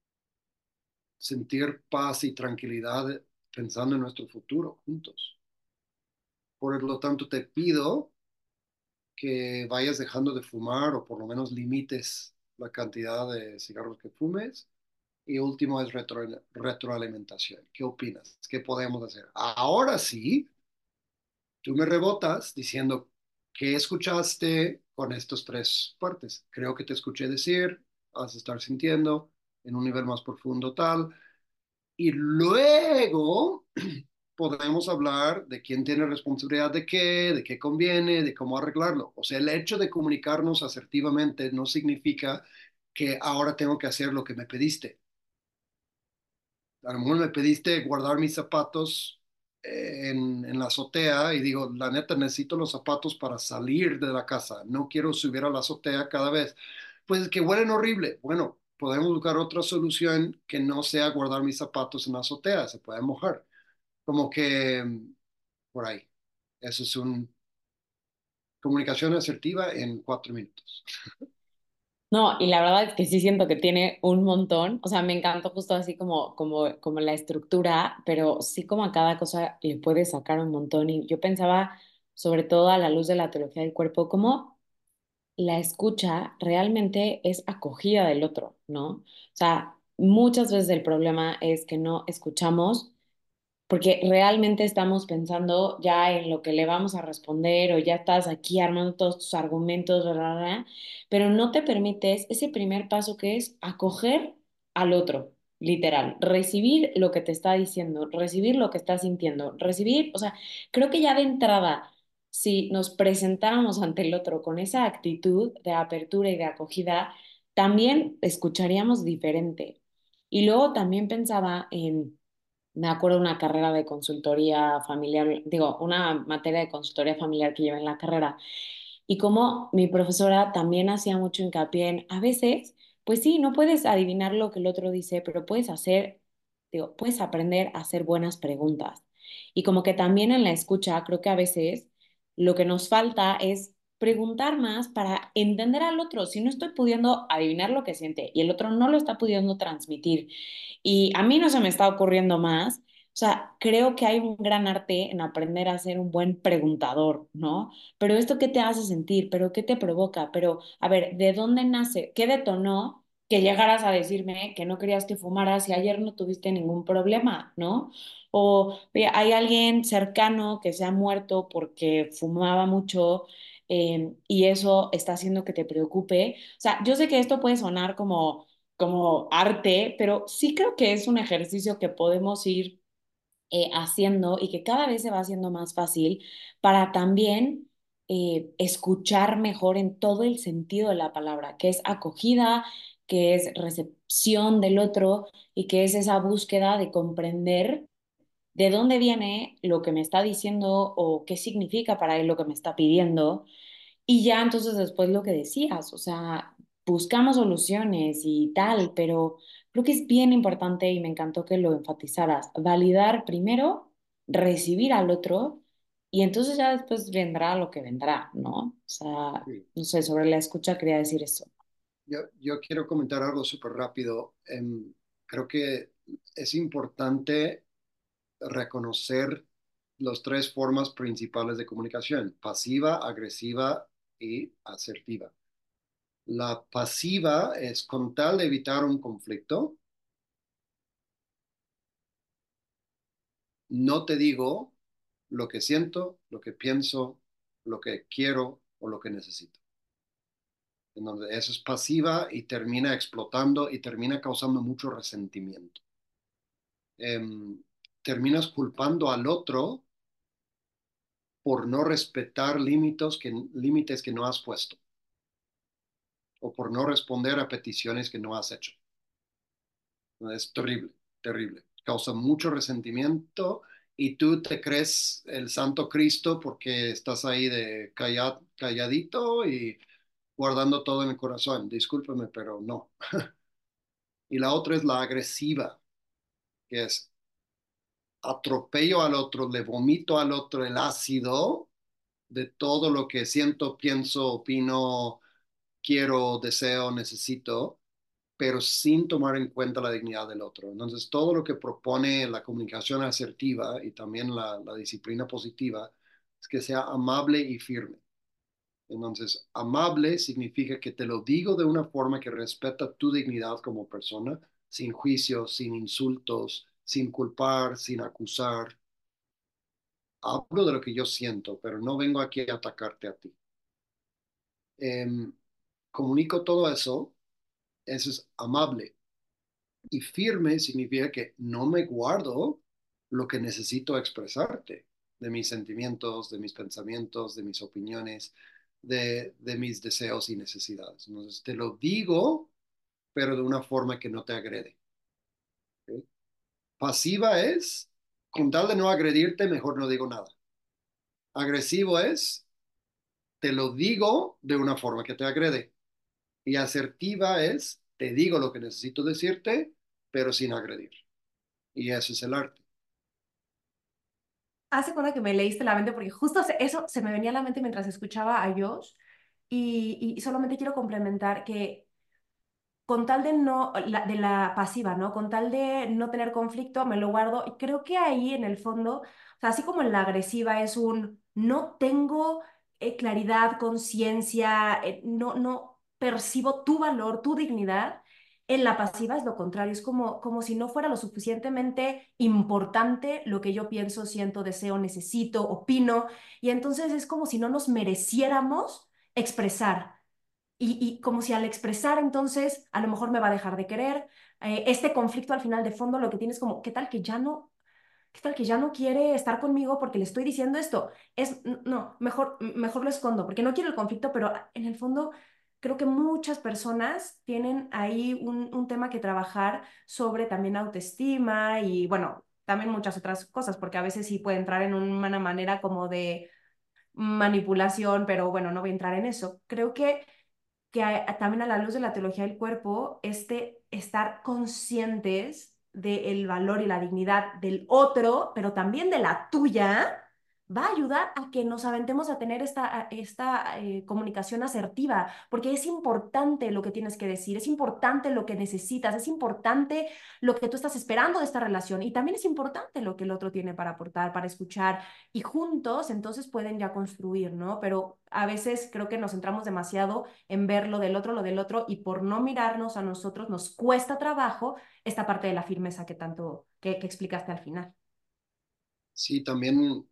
[SPEAKER 5] sentir paz y tranquilidad pensando en nuestro futuro juntos. Por lo tanto, te pido que vayas dejando de fumar o por lo menos limites la cantidad de cigarros que fumes. Y último es retro, retroalimentación. ¿Qué opinas? ¿Qué podemos hacer? Ahora sí, tú me rebotas diciendo qué escuchaste con estas tres partes. Creo que te escuché decir, vas a estar sintiendo en un nivel más profundo tal. Y luego podemos hablar de quién tiene responsabilidad de qué, de qué conviene, de cómo arreglarlo. O sea, el hecho de comunicarnos asertivamente no significa que ahora tengo que hacer lo que me pediste. A lo mejor me pediste guardar mis zapatos eh, en, en la azotea y digo, la neta, necesito los zapatos para salir de la casa. No quiero subir a la azotea cada vez. Pues que huelen horrible. Bueno, podemos buscar otra solución que no sea guardar mis zapatos en la azotea. Se puede mojar. Como que mm, por ahí. Eso es una comunicación asertiva en cuatro minutos.
[SPEAKER 3] No, y la verdad es que sí siento que tiene un montón, o sea, me encantó justo así como, como, como la estructura, pero sí como a cada cosa le puedes sacar un montón. Y yo pensaba, sobre todo a la luz de la teología del cuerpo, cómo la escucha realmente es acogida del otro, ¿no? O sea, muchas veces el problema es que no escuchamos porque realmente estamos pensando ya en lo que le vamos a responder o ya estás aquí armando todos tus argumentos, bla, bla, bla, pero no te permites ese primer paso que es acoger al otro, literal, recibir lo que te está diciendo, recibir lo que está sintiendo, recibir, o sea, creo que ya de entrada, si nos presentáramos ante el otro con esa actitud de apertura y de acogida, también escucharíamos diferente. Y luego también pensaba en me acuerdo de una carrera de consultoría familiar, digo, una materia de consultoría familiar que llevé en la carrera. Y como mi profesora también hacía mucho hincapié en, a veces, pues sí, no puedes adivinar lo que el otro dice, pero puedes hacer, digo, puedes aprender a hacer buenas preguntas. Y como que también en la escucha, creo que a veces lo que nos falta es preguntar más para entender al otro. Si no estoy pudiendo adivinar lo que siente y el otro no lo está pudiendo transmitir y a mí no se me está ocurriendo más. O sea, creo que hay un gran arte en aprender a ser un buen preguntador, ¿no? Pero esto qué te hace sentir, pero qué te provoca, pero a ver, ¿de dónde nace? ¿Qué detonó que llegaras a decirme que no querías que fumaras y ayer no tuviste ningún problema, ¿no? O oye, hay alguien cercano que se ha muerto porque fumaba mucho eh, y eso está haciendo que te preocupe. O sea, yo sé que esto puede sonar como como arte, pero sí creo que es un ejercicio que podemos ir eh, haciendo y que cada vez se va haciendo más fácil para también eh, escuchar mejor en todo el sentido de la palabra, que es acogida, que es recepción del otro y que es esa búsqueda de comprender de dónde viene lo que me está diciendo o qué significa para él lo que me está pidiendo y ya entonces después lo que decías, o sea, buscamos soluciones y tal, pero creo que es bien importante y me encantó que lo enfatizaras, validar primero, recibir al otro y entonces ya después vendrá lo que vendrá, ¿no? O sea,
[SPEAKER 5] Sí.
[SPEAKER 3] no sé, sobre la escucha quería decir eso.
[SPEAKER 5] Yo, yo quiero comentar algo súper rápido. Em, creo que es importante reconocer las tres formas principales de comunicación: pasiva, agresiva y asertiva. La pasiva es con tal de evitar un conflicto, no te digo lo que siento, lo que pienso, lo que quiero o lo que necesito. En donde eso es pasiva y termina explotando y termina causando mucho resentimiento. Em, terminas culpando al otro por no respetar límites que, límites que no has puesto o por no responder a peticiones que no has hecho. Es terrible, terrible. Causa mucho resentimiento y tú te crees el Santo Cristo porque estás ahí de callad, calladito y guardando todo en el corazón. Discúlpeme, pero no. Y la otra es la agresiva, que es atropello al otro, le vomito al otro el ácido de todo lo que siento, pienso, opino, quiero, deseo, necesito, pero sin tomar en cuenta la dignidad del otro. Entonces, todo lo que propone la comunicación asertiva y también la, la disciplina positiva es que sea amable y firme. Entonces, amable significa que te lo digo de una forma que respeta tu dignidad como persona, sin juicios, sin insultos, sin culpar, sin acusar. Hablo de lo que yo siento, pero no vengo aquí a atacarte a ti. Em, comunico todo eso, eso es amable. Y firme significa que no me guardo lo que necesito expresarte, de mis sentimientos, de mis pensamientos, de mis opiniones, de, de mis deseos y necesidades. Entonces, te lo digo, pero de una forma que no te agrede. ¿Ok? Pasiva es, con tal de no agredirte, mejor no digo nada. Agresivo es, te lo digo de una forma que te agrede. Y asertiva es, te digo lo que necesito decirte, pero sin agredir. Y eso es el arte.
[SPEAKER 4] Hace cuenta que me leíste la mente porque justo se- eso se me venía a la mente mientras escuchaba a Josh y, y solamente quiero complementar que con tal de no, la, de la pasiva, ¿no? Con tal de no tener conflicto, me lo guardo. Y creo que ahí en el fondo, o sea, así como en la agresiva es un no tengo eh, claridad, conciencia, eh, no, no percibo tu valor, tu dignidad. En la pasiva es lo contrario, es como, como si no fuera lo suficientemente importante lo que yo pienso, siento, deseo, necesito, opino, y entonces es como si no nos mereciéramos expresar. Y, y como si al expresar entonces a lo mejor me va a dejar de querer. Eh, este conflicto al final de fondo lo que tienes como, ¿qué tal que ya no, qué tal que ya no quiere estar conmigo porque le estoy diciendo esto? Es, n- no, mejor, mejor lo escondo porque no quiero el conflicto, pero en el fondo creo que muchas personas tienen ahí un, un tema que trabajar sobre también autoestima y bueno, también muchas otras cosas, porque a veces sí puede entrar en una manera como de manipulación, pero bueno, no voy a entrar en eso. Creo que que a- también a la luz de la teología del cuerpo, este estar conscientes del valor y la dignidad del otro, pero también de la tuya, va a ayudar a que nos aventemos a tener esta, a- esta eh, comunicación asertiva, porque es importante lo que tienes que decir, es importante lo que necesitas, es importante lo que tú estás esperando de esta relación y también es importante lo que el otro tiene para aportar, para escuchar y juntos entonces pueden ya construir, ¿no? Pero a veces creo que nos centramos demasiado en ver lo del otro, lo del otro, y por no mirarnos a nosotros nos cuesta trabajo esta parte de la firmeza que tanto, que, que explicaste al final.
[SPEAKER 5] Sí, también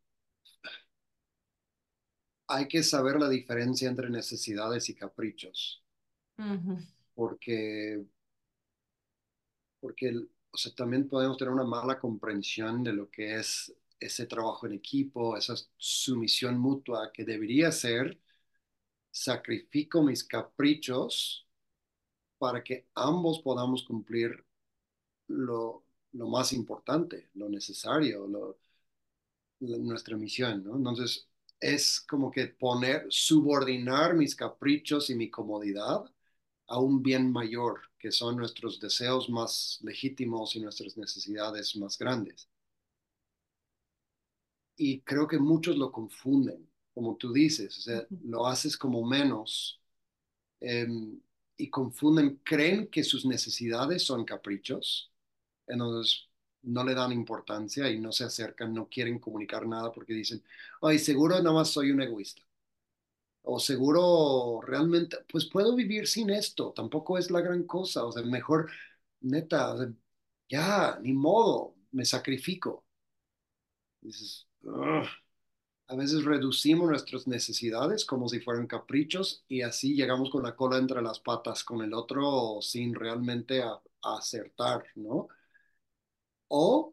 [SPEAKER 5] hay que saber la diferencia entre necesidades y caprichos,
[SPEAKER 4] Ujú.
[SPEAKER 5] porque, porque el- o sea, también podemos tener una mala comprensión de lo que es ese trabajo en equipo, esa sumisión mutua que debería ser: sacrifico mis caprichos para que ambos podamos cumplir lo, lo más importante, lo necesario, lo, la- nuestra misión, ¿no? Entonces, es como que poner, subordinar mis caprichos y mi comodidad a un bien mayor, que son nuestros deseos más legítimos y nuestras necesidades más grandes. y creo que muchos lo confunden, como tú dices, o sea,
[SPEAKER 4] Ujú.
[SPEAKER 5] lo haces como menos eh, y confunden, creen que sus necesidades son caprichos, entonces no le dan importancia y no se acercan, no quieren comunicar nada porque dicen, ay, seguro nada más soy un egoísta. O seguro realmente, pues puedo vivir sin esto, tampoco es la gran cosa, o sea, mejor, neta, o sea, ya, ni modo, me sacrifico. Dices, "Ugh". A veces reducimos nuestras necesidades como si fueran caprichos y así llegamos con la cola entre las patas con el otro sin realmente a- acertar, ¿no? O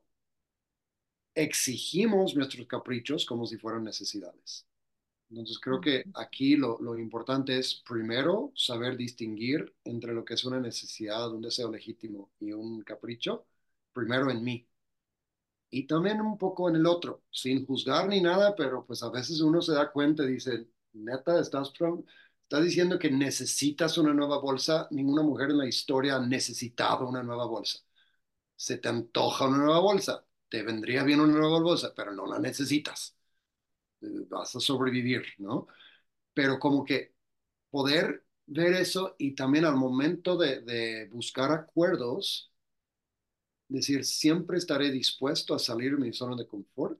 [SPEAKER 5] exigimos nuestros caprichos como si fueran necesidades. Entonces creo que aquí lo, lo importante es primero saber distinguir entre lo que es una necesidad, un deseo legítimo y un capricho, primero en mí y también un poco en el otro, sin juzgar ni nada, pero pues a veces uno se da cuenta y dice, neta, estás, pro- estás diciendo que necesitas una nueva bolsa, ninguna mujer en la historia ha necesitado una nueva bolsa. Se te antoja una nueva bolsa, te vendría bien una nueva bolsa, pero no la necesitas. Eh, Vas a sobrevivir, ¿no? Pero como que poder ver eso y también al momento de, de buscar acuerdos, decir, siempre estaré dispuesto a salir de mi zona de confort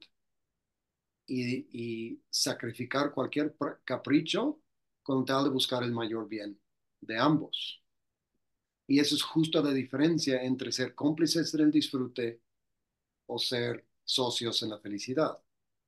[SPEAKER 5] y, y sacrificar cualquier pr- capricho con tal de buscar el mayor bien de ambos. Y eso es justo la diferencia entre ser cómplices en el disfrute o ser socios en la felicidad.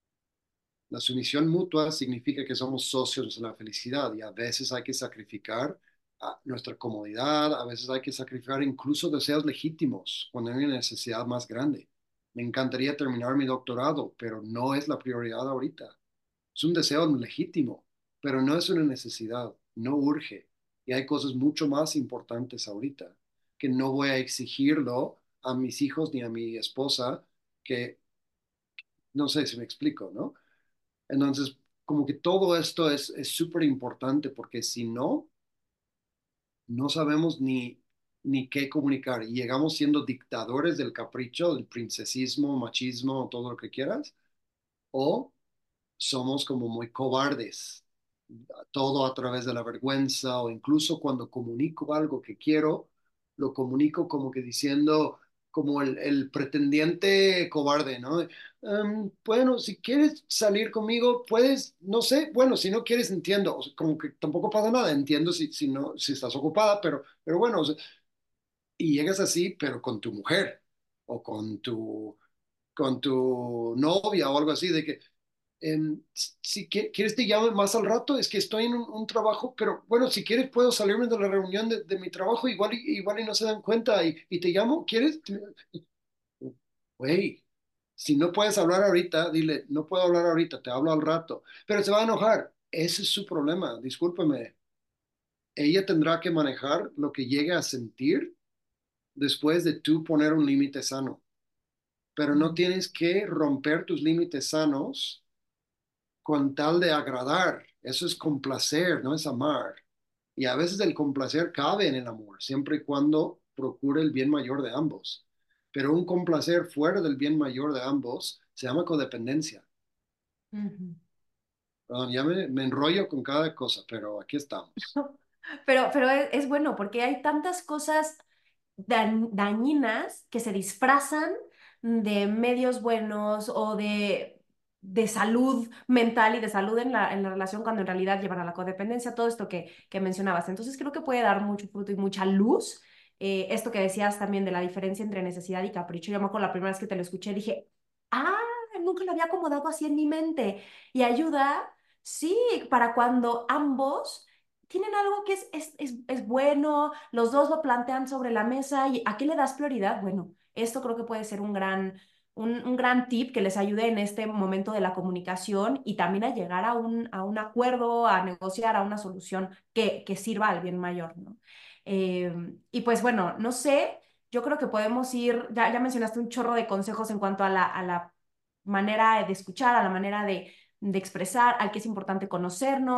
[SPEAKER 5] La sumisión mutua significa que somos socios en la felicidad y a veces hay que sacrificar a nuestra comodidad, a veces hay que sacrificar incluso deseos legítimos cuando hay una necesidad más grande. Me encantaría terminar mi doctorado, pero no es la prioridad ahorita. Es un deseo legítimo, pero no es una necesidad, no urge. Y hay cosas mucho más importantes ahorita que no voy a exigirlo a mis hijos ni a mi esposa, que no sé si me explico, ¿no? Entonces, como que todo esto es es súper importante porque si no, no sabemos ni, ni qué comunicar y llegamos siendo dictadores del capricho, del princesismo, machismo, todo lo que quieras, o somos como muy cobardes, todo a través de la vergüenza o incluso cuando comunico algo que quiero, lo comunico como que diciendo, como el, el pretendiente cobarde, ¿no? Um, bueno, si quieres salir conmigo, puedes, no sé, bueno, si no quieres, entiendo, o sea, como que tampoco pasa nada, entiendo si, si no, si estás ocupada, pero, pero bueno, o sea, y llegas así, pero con tu mujer o con tu, con tu novia o algo así, de que em, si qui- quieres te llame más al rato, es que estoy en un, un trabajo, pero bueno, si quieres puedo salirme de la reunión de, de mi trabajo, igual y, igual y no se dan cuenta y, y te llamo, ¿quieres? Güey, si no puedes hablar ahorita, dile, no puedo hablar ahorita, te hablo al rato, pero se va a enojar. Ese es su problema, discúlpeme. Ella tendrá que manejar lo que llegue a sentir después de tú poner un límite sano, pero no tienes que romper tus límites sanos con tal de agradar. Eso es complacer, no es amar. Y a veces el complacer cabe en el amor, siempre y cuando procure el bien mayor de ambos. Pero un complacer fuera del bien mayor de ambos se llama codependencia.
[SPEAKER 4] Ujú.
[SPEAKER 5] Perdón, ya me, me enrollo con cada cosa, pero aquí estamos.
[SPEAKER 4] Pero, pero es, es bueno porque hay tantas cosas dan- dañinas que se disfrazan de medios buenos o de, de salud mental y de salud en la, en la relación cuando en realidad llevan a la codependencia, todo esto que, que mencionabas. Entonces creo que puede dar mucho fruto y mucha luz. Eh, esto que decías también de la diferencia entre necesidad y capricho. Yo me acuerdo la primera vez que te lo escuché, dije, ah, nunca lo había acomodado así en mi mente. Y ayuda, sí, para cuando ambos tienen algo que es, es, es, es bueno, los dos lo plantean sobre la mesa y ¿a qué le das prioridad? Bueno, esto creo que puede ser un gran, un, un gran tip que les ayude en este momento de la comunicación y también a llegar a un, a un acuerdo, a negociar, a una solución que, que sirva al bien mayor, ¿no? Eh, y pues bueno, no sé, yo creo que podemos ir, ya, ya mencionaste un chorro de consejos en cuanto a la, a la manera de escuchar, a la manera de, de expresar, al que es importante conocernos,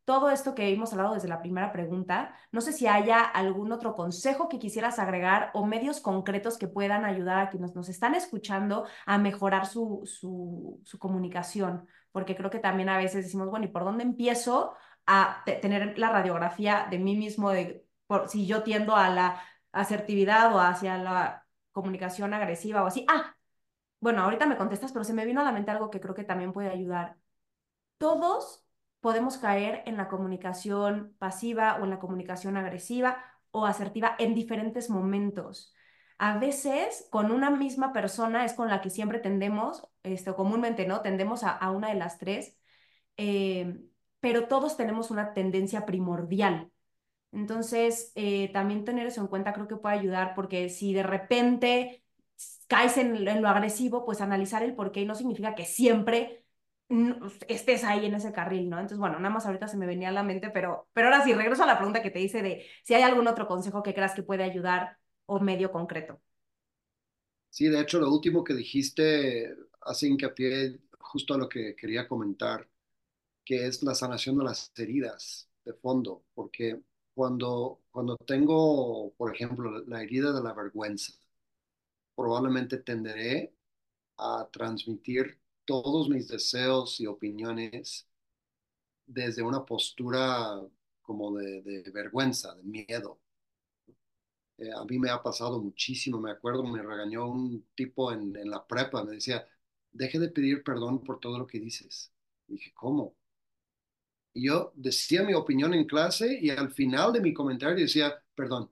[SPEAKER 4] todo esto que hemos hablado desde la primera pregunta, no sé si haya algún otro consejo que quisieras agregar o medios concretos que puedan ayudar a quienes nos están escuchando a mejorar su, su, su comunicación, porque creo que también a veces decimos, bueno, ¿y por dónde empiezo a te- tener la radiografía de mí mismo, de por, si yo tiendo a la asertividad o hacia la comunicación agresiva o así? Ah, bueno, ahorita me contestas, pero se me vino a la mente algo que creo que también puede ayudar. Todos podemos caer en la comunicación pasiva o en la comunicación agresiva o asertiva en diferentes momentos. A veces con una misma persona es con la que siempre tendemos, este, o comúnmente, ¿no? Tendemos a, a una de las tres, eh, pero todos tenemos una tendencia primordial. Entonces, eh, también tener eso en cuenta creo que puede ayudar porque si de repente caes en, en lo agresivo, pues analizar el por qué y no significa que siempre mm, estés ahí en ese carril, ¿no? Entonces, bueno, nada más ahorita se me venía a la mente, pero, pero ahora sí, regreso a la pregunta que te hice de si hay algún otro consejo que creas que puede ayudar o medio concreto.
[SPEAKER 5] Sí, de hecho, lo último que dijiste hace hincapié justo a lo que quería comentar, que es la sanación de las heridas de fondo, porque cuando, cuando tengo, por ejemplo, la herida de la vergüenza, probablemente tenderé a transmitir todos mis deseos y opiniones desde una postura como de, de vergüenza, de miedo. Eh, a mí me ha pasado muchísimo, me acuerdo, me regañó un tipo en, en la prepa, me decía, deje de pedir perdón por todo lo que dices. Y dije, ¿cómo? Y yo decía mi opinión en clase y al final de mi comentario decía, perdón.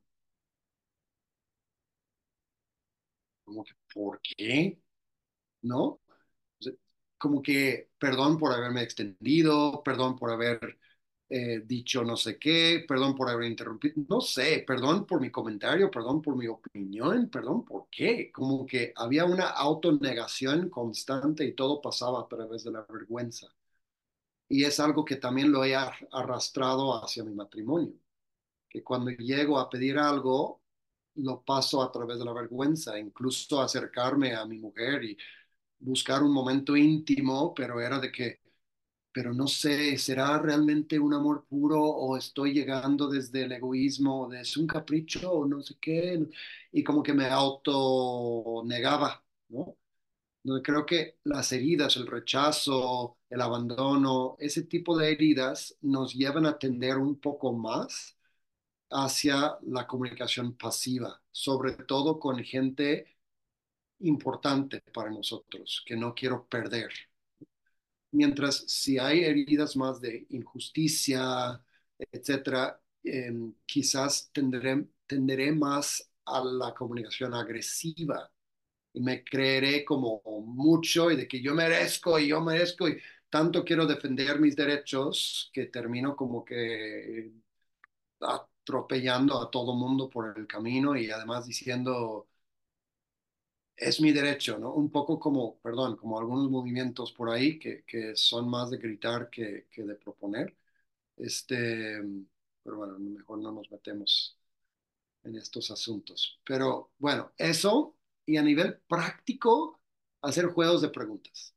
[SPEAKER 5] Como que, ¿por qué? ¿No? O sea, como que, perdón por haberme extendido, perdón por haber eh, dicho no sé qué, perdón por haber interrumpido, no sé, perdón por mi comentario, perdón por mi opinión, perdón por qué. Como que había una autonegación constante y todo pasaba a través de la vergüenza. Y es algo que también lo he ar- arrastrado hacia mi matrimonio, que cuando llego a pedir algo, lo paso a través de la vergüenza, incluso acercarme a mi mujer y buscar un momento íntimo, pero era de que, pero no sé, ¿será realmente un amor puro o estoy llegando desde el egoísmo, de es un capricho o no sé qué? Y como que me auto negaba, ¿no? No, creo que las heridas, el rechazo, el abandono, ese tipo de heridas nos llevan a tender un poco más hacia la comunicación pasiva, sobre todo con gente importante para nosotros, que no quiero perder. Mientras si hay heridas más de injusticia, etcétera, eh, quizás tendré, tenderé más a la comunicación agresiva y me creeré como mucho y de que yo merezco y yo merezco y tanto quiero defender mis derechos que termino como que atropellando a todo mundo por el camino y además diciendo es mi derecho, ¿no? Un poco como, perdón, como algunos movimientos por ahí que, que son más de gritar que, que de proponer. Este, pero bueno, mejor no nos metemos en estos asuntos. Pero bueno, eso y a nivel práctico, hacer juegos de preguntas.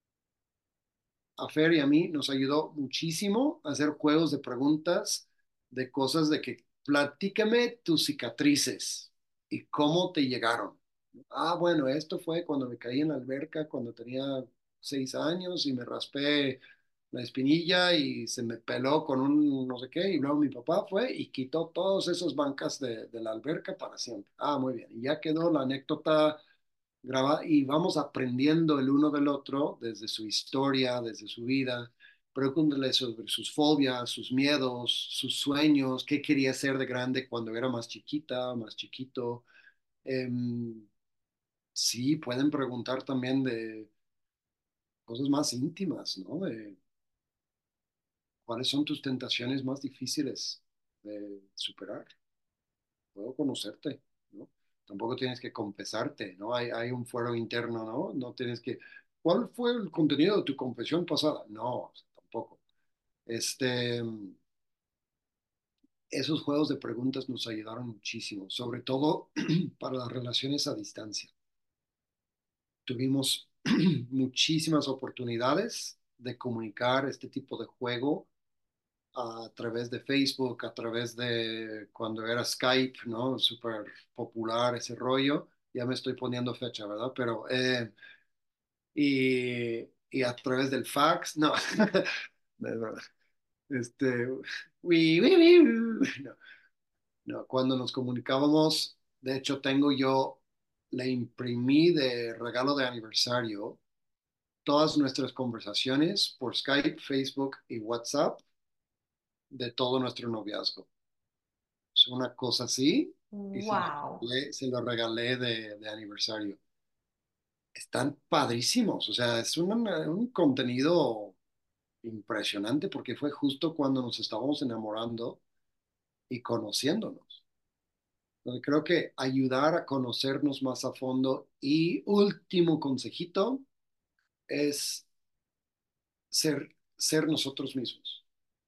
[SPEAKER 5] A Fer y a mí nos ayudó muchísimo a hacer juegos de preguntas de cosas de que platícame tus cicatrices y cómo te llegaron. Ah, bueno, esto fue cuando me caí en la alberca cuando tenía seis años y me raspé la espinilla y se me peló con un no sé qué y luego mi papá fue y quitó todos esos bancas de, de la alberca para siempre. Ah, muy bien. Y ya quedó la anécdota graba y vamos aprendiendo el uno del otro desde su historia, desde su vida. Pregúntale sobre sus fobias, sus miedos, sus sueños, qué quería ser de grande cuando era más chiquita, más chiquito. Em, sí, pueden preguntar también de cosas más íntimas, ¿no? De cuáles son tus tentaciones más difíciles de superar. Puedo conocerte, ¿no? Tampoco tienes que confesarte, ¿no? Hay, hay un fuero interno, ¿no? No tienes que, ¿cuál fue el contenido de tu confesión pasada? No, tampoco. Este, esos juegos de preguntas nos ayudaron muchísimo, sobre todo para las relaciones a distancia. Tuvimos muchísimas oportunidades de comunicar este tipo de juego a través de Facebook, a través de cuando era Skype, ¿no? Súper popular ese rollo. Ya me estoy poniendo fecha, ¿verdad? Pero, eh, y, y a través del fax, no, no es verdad. Este, uy, uy, uy, uy. No, no, cuando nos comunicábamos, de hecho tengo yo, le imprimí de regalo de aniversario todas nuestras conversaciones por Skype, Facebook y WhatsApp de todo nuestro noviazgo. Es una cosa así y se lo
[SPEAKER 4] Wow.
[SPEAKER 5] regalé, se lo regalé de, de aniversario. Están padrísimos, o sea, es un, un contenido impresionante porque fue justo cuando nos estábamos enamorando y conociéndonos. Entonces, creo que ayudar a conocernos más a fondo y último consejito es ser, ser nosotros mismos.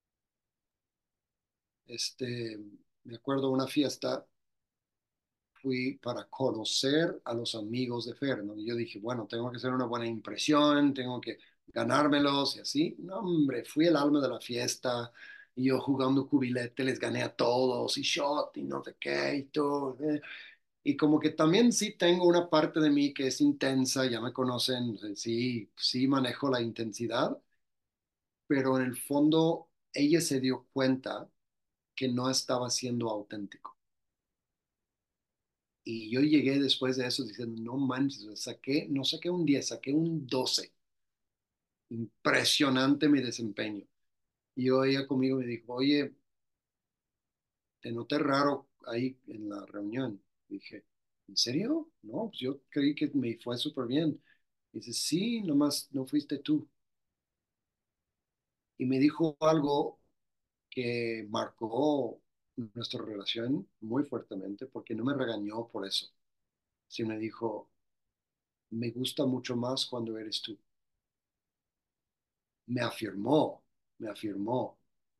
[SPEAKER 5] Este, me acuerdo de una fiesta, fui para conocer a los amigos de Fer, ¿no? Y yo dije, bueno, tengo que hacer una buena impresión, tengo que ganármelos y así. No, hombre, fui el alma de la fiesta y yo jugando cubilete les gané a todos y shot y no sé qué y todo. eh. Y como que también sí tengo una parte de mí que es intensa, ya me conocen, eh, sí, sí manejo la intensidad, pero en el fondo ella se dio cuenta que no estaba siendo auténtico. Y yo llegué después de eso diciendo, no manches, saqué, no saqué un diez, saqué un doce. Impresionante mi desempeño. Y yo ella conmigo me dijo, oye, te noté raro ahí en la reunión. Dije, ¿en serio? No, pues yo creí que me fue súper bien. Dice, sí, nomás no fuiste tú. Y me dijo algo que marcó nuestra relación muy fuertemente, porque no me regañó por eso, sino me dijo, me gusta mucho más cuando eres tú. Me afirmó, me afirmó.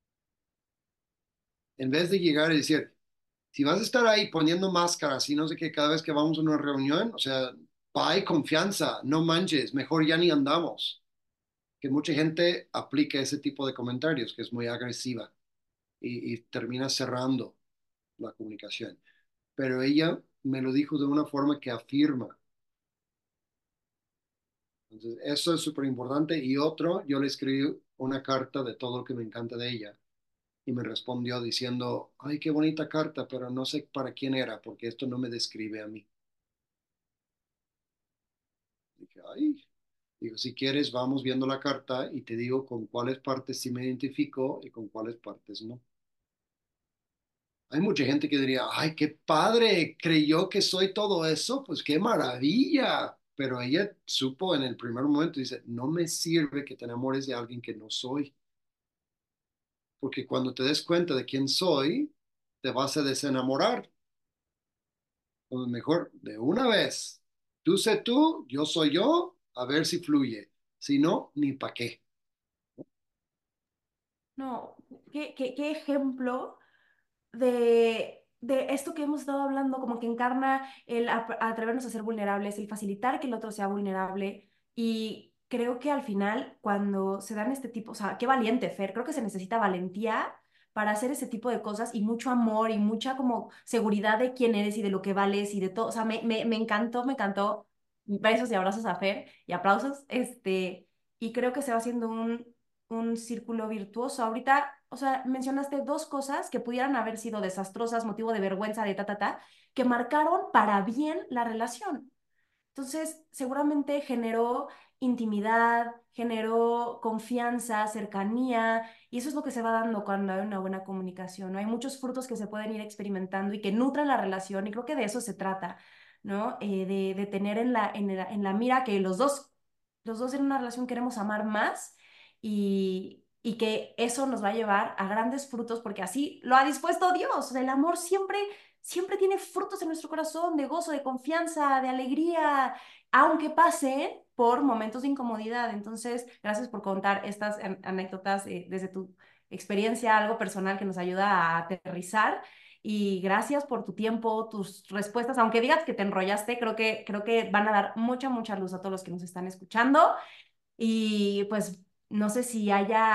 [SPEAKER 5] En vez de llegar y decir, si vas a estar ahí poniendo máscaras y no sé qué cada vez que vamos a una reunión, o sea, pa' hay confianza, no manches, mejor ya ni andamos. Que mucha gente aplica ese tipo de comentarios, que es muy agresiva y, y termina cerrando la comunicación. Pero ella me lo dijo de una forma que afirma. Entonces, eso es súper importante. Y otro, yo le escribí una carta de todo lo que me encanta de ella. Y me respondió diciendo, ay, qué bonita carta, pero no sé para quién era, porque esto no me describe a mí. Dije, ay, digo, si quieres, vamos viendo la carta y te digo con cuáles partes sí me identifico y con cuáles partes no. Hay mucha gente que diría, ay, qué padre, creyó que soy todo eso, pues qué maravilla. Pero ella supo en el primer momento, dice, no me sirve que te enamores de alguien que no soy, porque cuando te des cuenta de quién soy, te vas a desenamorar. Entonces, mejor de una vez, tú sé tú, yo soy yo, a ver si fluye. Si no, ni pa' qué.
[SPEAKER 4] No, qué, qué, qué ejemplo de, de esto que hemos estado hablando, como que encarna el ap- atrevernos a ser vulnerables, el facilitar que el otro sea vulnerable. Y creo que al final, cuando se dan este tipo, o sea, qué valiente, Fer, creo que se necesita valentía para hacer ese tipo de cosas y mucho amor y mucha como seguridad de quién eres y de lo que vales y de todo. O sea, me, me, me encantó, me encantó. Besos y abrazos a Fer y aplausos. Este, y creo que se va haciendo un, un círculo virtuoso. Ahorita, o sea, mencionaste dos cosas que pudieran haber sido desastrosas, motivo de vergüenza, de ta, ta, ta, que marcaron para bien la relación. Entonces, seguramente generó intimidad, generó confianza, cercanía, y eso es lo que se va dando cuando hay una buena comunicación, ¿no? Hay muchos frutos que se pueden ir experimentando y que nutren la relación, y creo que de eso se trata, ¿no? Eh, de, de tener en la, en la, en la mira que los dos, los dos en una relación queremos amar más y, y que eso nos va a llevar a grandes frutos, porque así lo ha dispuesto Dios. O sea, el amor siempre siempre tiene frutos en nuestro corazón de gozo, de confianza, de alegría, aunque pasen por momentos de incomodidad. Entonces, gracias por contar estas an- anécdotas eh, desde tu experiencia, algo personal que nos ayuda a aterrizar. Y gracias por tu tiempo, tus respuestas. Aunque digas que te enrollaste, creo que, creo que van a dar mucha, mucha luz a todos los que nos están escuchando. Y pues no sé si haya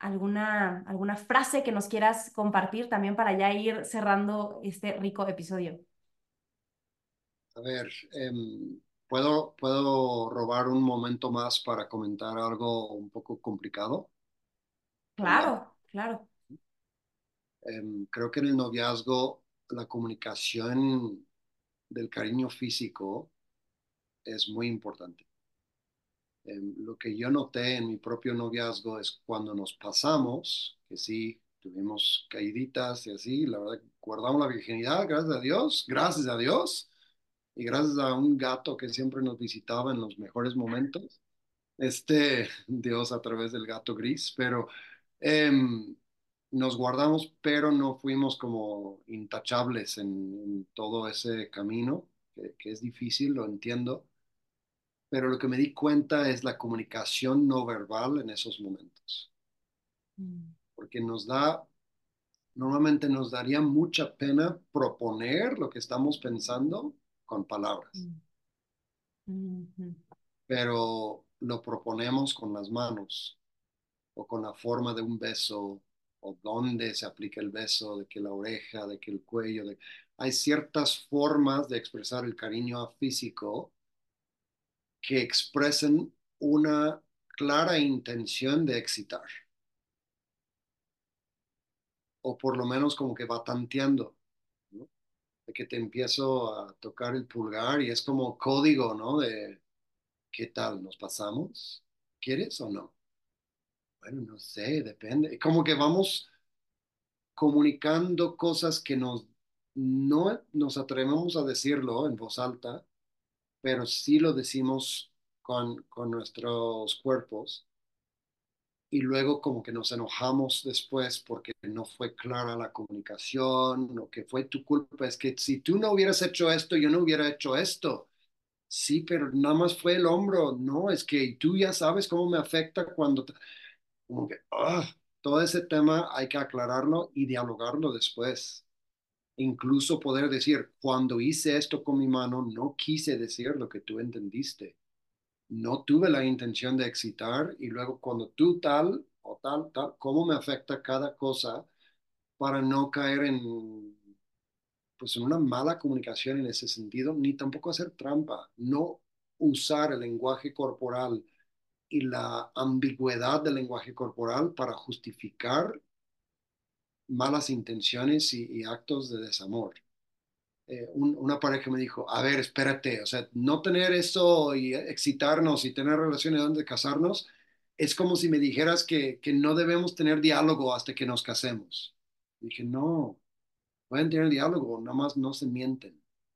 [SPEAKER 4] alguna, alguna frase que nos quieras compartir también para ya ir cerrando este rico episodio.
[SPEAKER 5] A ver, em, ¿puedo, puedo robar un momento más para comentar algo un poco complicado? En la,
[SPEAKER 4] Claro, claro.
[SPEAKER 5] em, creo que en el noviazgo la comunicación del cariño físico es muy importante. Em, lo que yo noté en mi propio noviazgo es cuando nos pasamos, que sí, tuvimos caíditas y así, la verdad, guardamos la virginidad, gracias a Dios, gracias a Dios, y gracias a un gato que siempre nos visitaba en los mejores momentos, este Dios a través del gato gris, pero em, nos guardamos, pero no fuimos como intachables en, en todo ese camino, que, que es difícil, lo entiendo, pero lo que me di cuenta es la comunicación no verbal en esos momentos,
[SPEAKER 4] Mm,
[SPEAKER 5] porque nos da, normalmente nos daría mucha pena proponer lo que estamos pensando con palabras,
[SPEAKER 4] mm, mm, mm.
[SPEAKER 5] pero lo proponemos con las manos o con la forma de un beso o dónde se aplica el beso, de que la oreja, de que el cuello, de... hay ciertas formas de expresar el cariño físico que expresen una clara intención de excitar, o por lo menos como que va tanteando, ¿no? De que te empiezo a tocar el pulgar y es como código, ¿no? De ¿qué tal? ¿Nos pasamos? ¿Quieres o no? Bueno, no sé, depende. Como que vamos comunicando cosas que nos no nos atrevemos a decirlo en voz alta, pero sí lo decimos con, con nuestros cuerpos y luego como que nos enojamos después porque no fue clara la comunicación o que fue tu culpa. Es que si tú no hubieras hecho esto, yo no hubiera hecho esto. Sí, pero nada más fue el hombro. No, es que tú ya sabes cómo me afecta cuando, te- como que, ah, todo ese tema hay que aclararlo y dialogarlo después. Incluso poder decir, cuando hice esto con mi mano, no quise decir lo que tú entendiste. No tuve la intención de excitar y luego cuando tú tal o tal, tal, cómo me afecta cada cosa para no caer en, pues, en una mala comunicación en ese sentido, ni tampoco hacer trampa, no usar el lenguaje corporal y la ambigüedad del lenguaje corporal para justificar malas intenciones y, y actos de desamor. Eh, un- una pareja me dijo, a ver, espérate, o sea, no tener eso y excitarnos y tener relaciones antes de casarnos, es como si me dijeras que, que no debemos tener diálogo hasta que nos casemos. Dije, no, pueden tener diálogo, nada más no se mienten.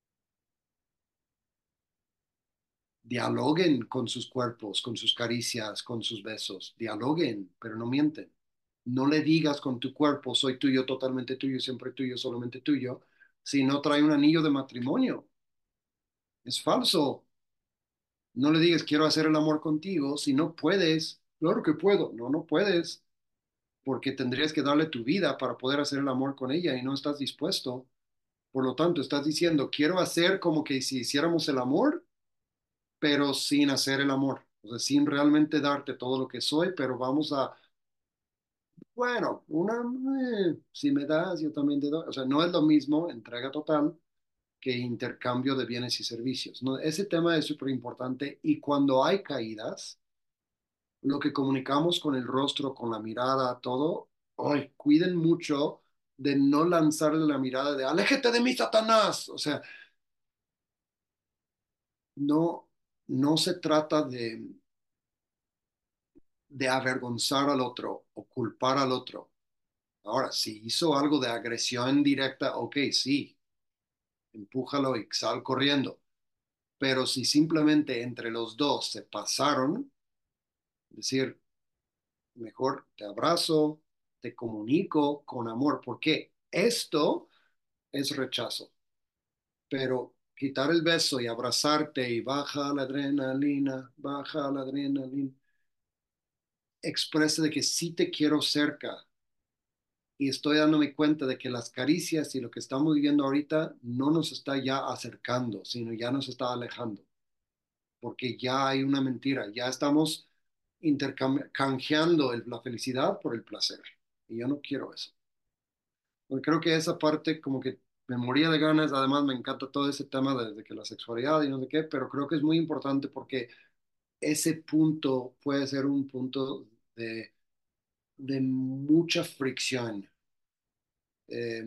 [SPEAKER 5] Dialoguen con sus cuerpos, con sus caricias, con sus besos, dialoguen, pero no mienten. No le digas con tu cuerpo, soy tuyo, totalmente tuyo, siempre tuyo, solamente tuyo, si no trae un anillo de matrimonio. Es falso. No le digas quiero hacer el amor contigo si no puedes. Claro que puedo. No, no puedes, porque tendrías que darle tu vida para poder hacer el amor con ella y no estás dispuesto. Por lo tanto, estás diciendo quiero hacer como que si hiciéramos el amor, pero sin hacer el amor. O sea, sin realmente darte todo lo que soy, pero vamos a, bueno, una, eh, si me das, yo también te doy. O sea, no es lo mismo entrega total que intercambio de bienes y servicios. ¿No? Ese tema es súper importante y cuando hay caídas, lo que comunicamos con el rostro, con la mirada, todo, ay, cuiden mucho de no lanzarle la mirada de aléjate de mí, Satanás. O sea, no, no se trata de, de avergonzar al otro o culpar al otro. Ahora, si hizo algo de agresión directa, ok, sí, empújalo y sal corriendo. Pero si simplemente entre los dos se pasaron, es decir, mejor te abrazo, te comunico con amor, porque esto es rechazo. Pero quitar el beso y abrazarte y baja la adrenalina, baja la adrenalina, expresa de que sí te quiero cerca y estoy dándome cuenta de que las caricias y lo que estamos viviendo ahorita no nos está ya acercando, sino ya nos está alejando, porque ya hay una mentira, ya estamos intercambiando la felicidad por el placer. Y yo no quiero eso. Porque creo que esa parte como que me moría de ganas, además me encanta todo ese tema de, de que la sexualidad y no sé qué, pero creo que es muy importante porque ese punto puede ser un punto de, de mucha fricción, eh,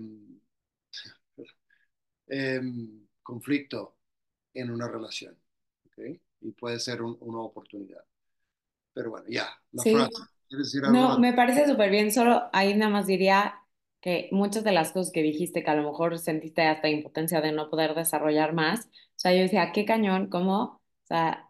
[SPEAKER 5] eh, conflicto en una relación, ¿ok? Y puede ser un- una oportunidad. Pero bueno, ya, la frase.
[SPEAKER 3] Sí,
[SPEAKER 5] ¿Quieres decir algo
[SPEAKER 3] no,
[SPEAKER 5] más?
[SPEAKER 3] me parece súper bien, solo ahí nada más diría que muchas de las cosas que dijiste que a lo mejor sentiste hasta impotencia de no poder desarrollar más, o sea, yo decía, qué cañón, cómo, o sea,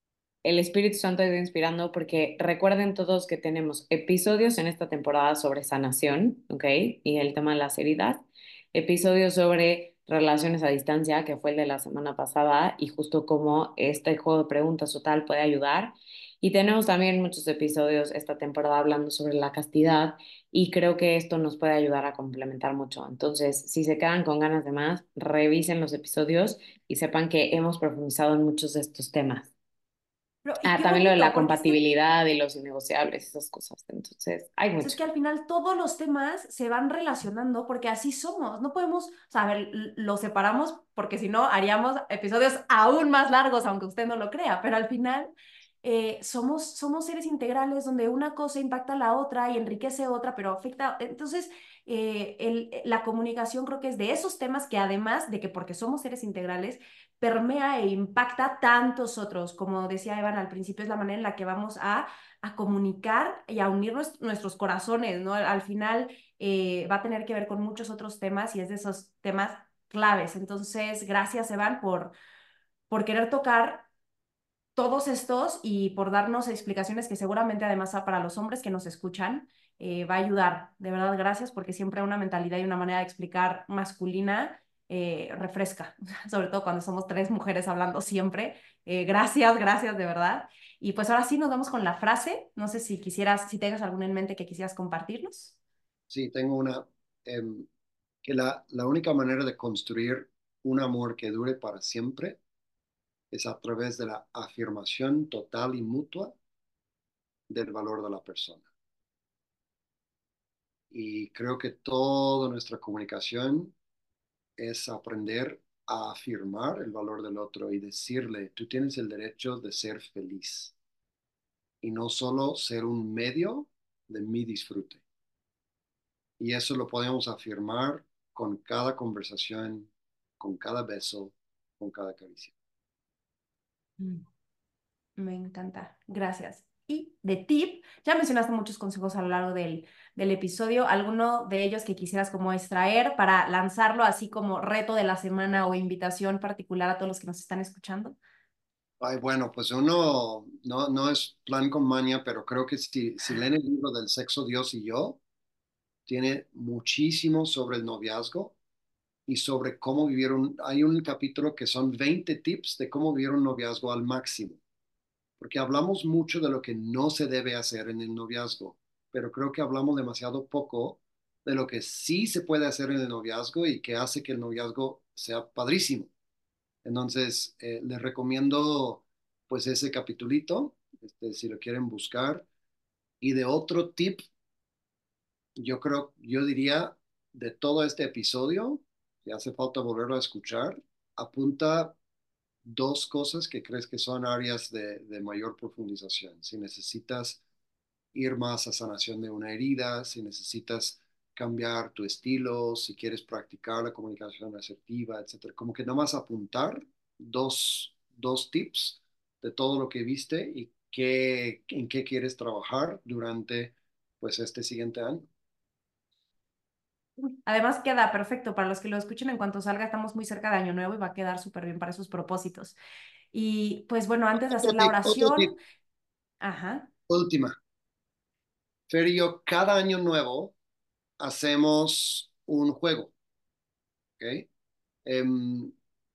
[SPEAKER 3] el Espíritu Santo ha ido inspirando porque recuerden todos que tenemos episodios en esta temporada sobre sanación, ¿ok? Y el tema de las heridas, episodios sobre relaciones a distancia, que fue el de la semana pasada, y justo cómo este juego de preguntas o tal puede ayudar. Y tenemos también muchos episodios esta temporada hablando sobre la castidad y creo que esto nos puede ayudar a complementar mucho. Entonces, si se quedan con ganas de más, revisen los episodios y sepan que hemos profundizado en muchos de estos temas.
[SPEAKER 4] Pero, y
[SPEAKER 3] Ah,
[SPEAKER 4] qué
[SPEAKER 3] también lo de
[SPEAKER 4] bonito,
[SPEAKER 3] la
[SPEAKER 4] porque es que
[SPEAKER 3] compatibilidad y los innegociables, esas cosas. Entonces, hay
[SPEAKER 4] pues es
[SPEAKER 3] mucho.
[SPEAKER 4] que al final todos los temas se van relacionando porque así somos. No podemos, o sea, a ver, l- lo separamos porque si no haríamos episodios aún más largos, aunque usted no lo crea, pero al final eh, somos, somos seres integrales donde una cosa impacta a la otra y enriquece otra, pero afecta. Entonces, eh, el- la comunicación creo que es de esos temas que además de que porque somos seres integrales, permea e impacta tantos otros. Como decía Evan al principio, es la manera en la que vamos a a comunicar y a unir nues- nuestros corazones, ¿no? Al, al final eh, va a tener que ver con muchos otros temas y es de esos temas claves. Entonces, gracias, Evan, por, por querer tocar todos estos y por darnos explicaciones que seguramente además para los hombres que nos escuchan eh, va a ayudar. De verdad, gracias, porque siempre una mentalidad y una manera de explicar masculina eh, refresca, sobre todo cuando somos tres mujeres hablando siempre. Eh, gracias, gracias, de verdad. Y pues ahora sí nos vamos con la frase. No sé si quisieras, si tengas alguna en mente que quisieras compartirnos.
[SPEAKER 5] Sí, tengo una, em, que la, la única manera de construir un amor que dure para siempre es a través de la afirmación total y mutua del valor de la persona. Y creo que toda nuestra comunicación es aprender a afirmar el valor del otro y decirle, tú tienes el derecho de ser feliz y no solo ser un medio de mi disfrute. Y eso lo podemos afirmar con cada conversación, con cada beso, con cada caricia.
[SPEAKER 4] Mm. Me encanta, gracias. Y de tip, ya mencionaste muchos consejos a lo largo del, del episodio, ¿alguno de ellos que quisieras como extraer para lanzarlo así como reto de la semana o invitación particular a todos los que nos están escuchando?
[SPEAKER 5] Ay, bueno, pues uno no, no es plan con maña, pero creo que si, si leen el libro del sexo, Dios y yo, tiene muchísimo sobre el noviazgo y sobre cómo vivir un, hay un capítulo que son veinte tips de cómo vivir un noviazgo al máximo, porque hablamos mucho de lo que no se debe hacer en el noviazgo, pero creo que hablamos demasiado poco de lo que sí se puede hacer en el noviazgo y que hace que el noviazgo sea padrísimo. Entonces, eh, les recomiendo pues ese capitulito, este, si lo quieren buscar. Y de otro tip, yo creo, yo diría, de todo este episodio, si hace falta volverlo a escuchar, apunta dos cosas que crees que son áreas de, de mayor profundización. Si necesitas ir más a sanación de una herida, si necesitas cambiar tu estilo, si quieres practicar la comunicación asertiva, etcétera. Como que nada más apuntar dos, dos tips de todo lo que viste y qué, en qué quieres trabajar durante pues este siguiente año.
[SPEAKER 4] Además queda perfecto para los que lo escuchen en cuanto salga, estamos muy cerca de Año Nuevo y va a quedar súper bien para esos propósitos. Y pues bueno, antes de
[SPEAKER 5] Otro
[SPEAKER 4] hacer la
[SPEAKER 5] tip, otro
[SPEAKER 4] oración,
[SPEAKER 5] tip,
[SPEAKER 4] ajá.
[SPEAKER 5] última. Fer y yo, cada año nuevo hacemos un juego, ¿ok? Em,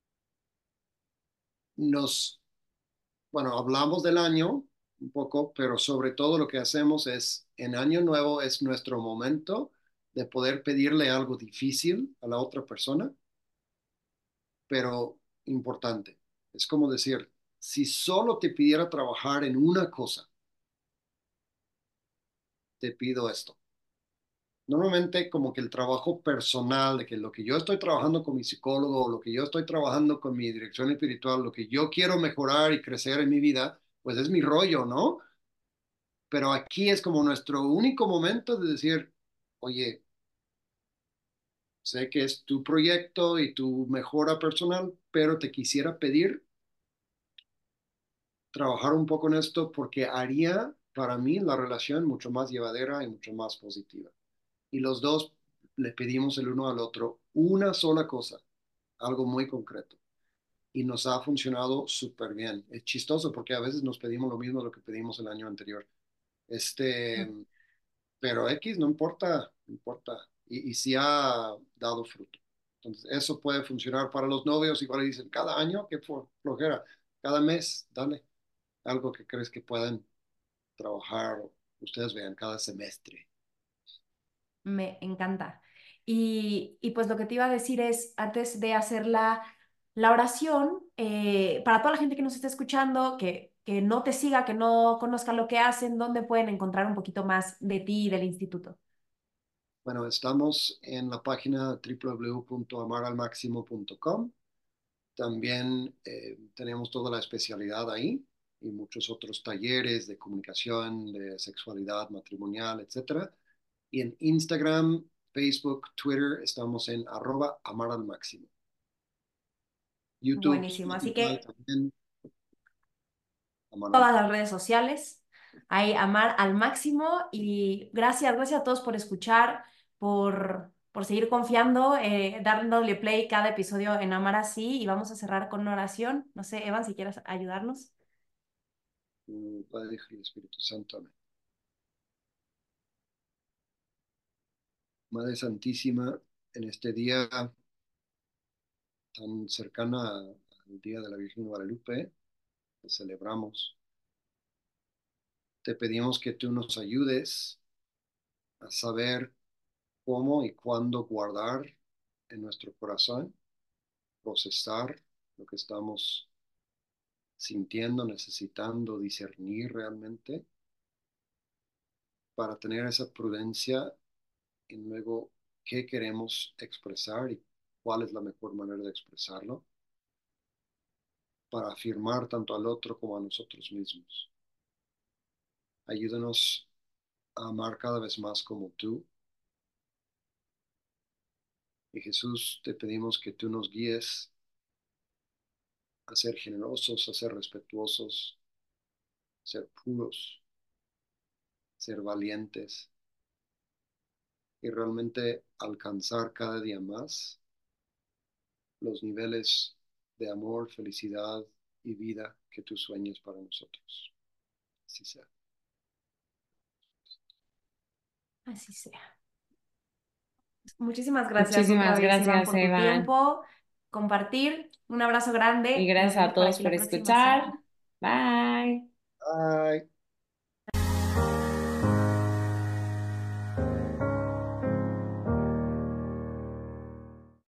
[SPEAKER 5] nos bueno, hablamos del año un poco, pero sobre todo lo que hacemos es, en Año Nuevo es nuestro momento de poder pedirle algo difícil a la otra persona, pero importante. Es como decir, si solo te pidiera trabajar en una cosa, te pido esto. Normalmente como que el trabajo personal, de que lo que yo estoy trabajando con mi psicólogo, lo que yo estoy trabajando con mi dirección espiritual, lo que yo quiero mejorar y crecer en mi vida, pues es mi rollo, ¿no? Pero aquí es como nuestro único momento de decir, oye, sé que es tu proyecto y tu mejora personal, pero te quisiera pedir trabajar un poco en esto porque haría para mí la relación mucho más llevadera y mucho más positiva. Y los dos le pedimos el uno al otro una sola cosa, algo muy concreto. Y nos ha funcionado súper bien. Es chistoso porque a veces nos pedimos lo mismo de lo que pedimos el año anterior. Este, pero X no importa, no importa. Y, y sí ha dado fruto. Entonces, eso puede funcionar para los novios. Igual dicen, cada año, qué flojera. Cada mes, dale algo que crees que puedan trabajar. Ustedes vean cada semestre.
[SPEAKER 4] Me encanta. Y, y pues lo que te iba a decir es, antes de hacer la, la oración, eh, para toda la gente que nos está escuchando, que, que no te siga, que no conozca lo que hacen, ¿dónde pueden encontrar un poquito más de ti y del instituto?
[SPEAKER 5] Bueno, estamos en la página doble u doble u doble u punto amar al máximo punto com. También eh, tenemos toda la especialidad ahí y muchos otros talleres de comunicación, de sexualidad matrimonial, etcétera. Y en Instagram, Facebook, Twitter estamos en arroba amar al máximo. YouTube,
[SPEAKER 4] Buenísimo. Así
[SPEAKER 5] Spotify
[SPEAKER 4] que
[SPEAKER 5] también, amar al
[SPEAKER 4] todas
[SPEAKER 5] máximo.
[SPEAKER 4] las redes sociales, ahí amar al máximo y gracias, gracias a todos por escuchar, por, por seguir confiando, eh, dándole play cada episodio en Amar Así y vamos a cerrar con una oración. No sé, Evan, si quieres ayudarnos.
[SPEAKER 5] Mm, Padre, Hijo y Espíritu Santo. Amén. Madre Santísima, en este día tan cercana al Día de la Virgen de Guadalupe, que celebramos, te pedimos que tú nos ayudes a saber cómo y cuándo guardar en nuestro corazón, procesar lo que estamos sintiendo, necesitando discernir realmente, para tener esa prudencia en luego qué queremos expresar y cuál es la mejor manera de expresarlo, para afirmar tanto al otro como a nosotros mismos. Ayúdanos a amar cada vez más como tú. Y Jesús, te pedimos que tú nos guíes a ser generosos, a ser respetuosos, ser puros, ser valientes y realmente alcanzar cada día más los niveles de amor, felicidad y vida que tú sueñas para nosotros. Así sea.
[SPEAKER 4] Así sea. Muchísimas gracias otra
[SPEAKER 3] Muchísimas
[SPEAKER 4] vez, Iván,
[SPEAKER 3] gracias,
[SPEAKER 4] por tu
[SPEAKER 3] Iván.
[SPEAKER 4] tiempo, compartir. Un abrazo
[SPEAKER 3] Y
[SPEAKER 4] grande y nos
[SPEAKER 3] gracias a
[SPEAKER 4] vemos por
[SPEAKER 3] todos
[SPEAKER 4] aquí
[SPEAKER 3] por
[SPEAKER 4] la próxima
[SPEAKER 3] escuchar.
[SPEAKER 4] semana.
[SPEAKER 3] Bye.
[SPEAKER 5] Bye.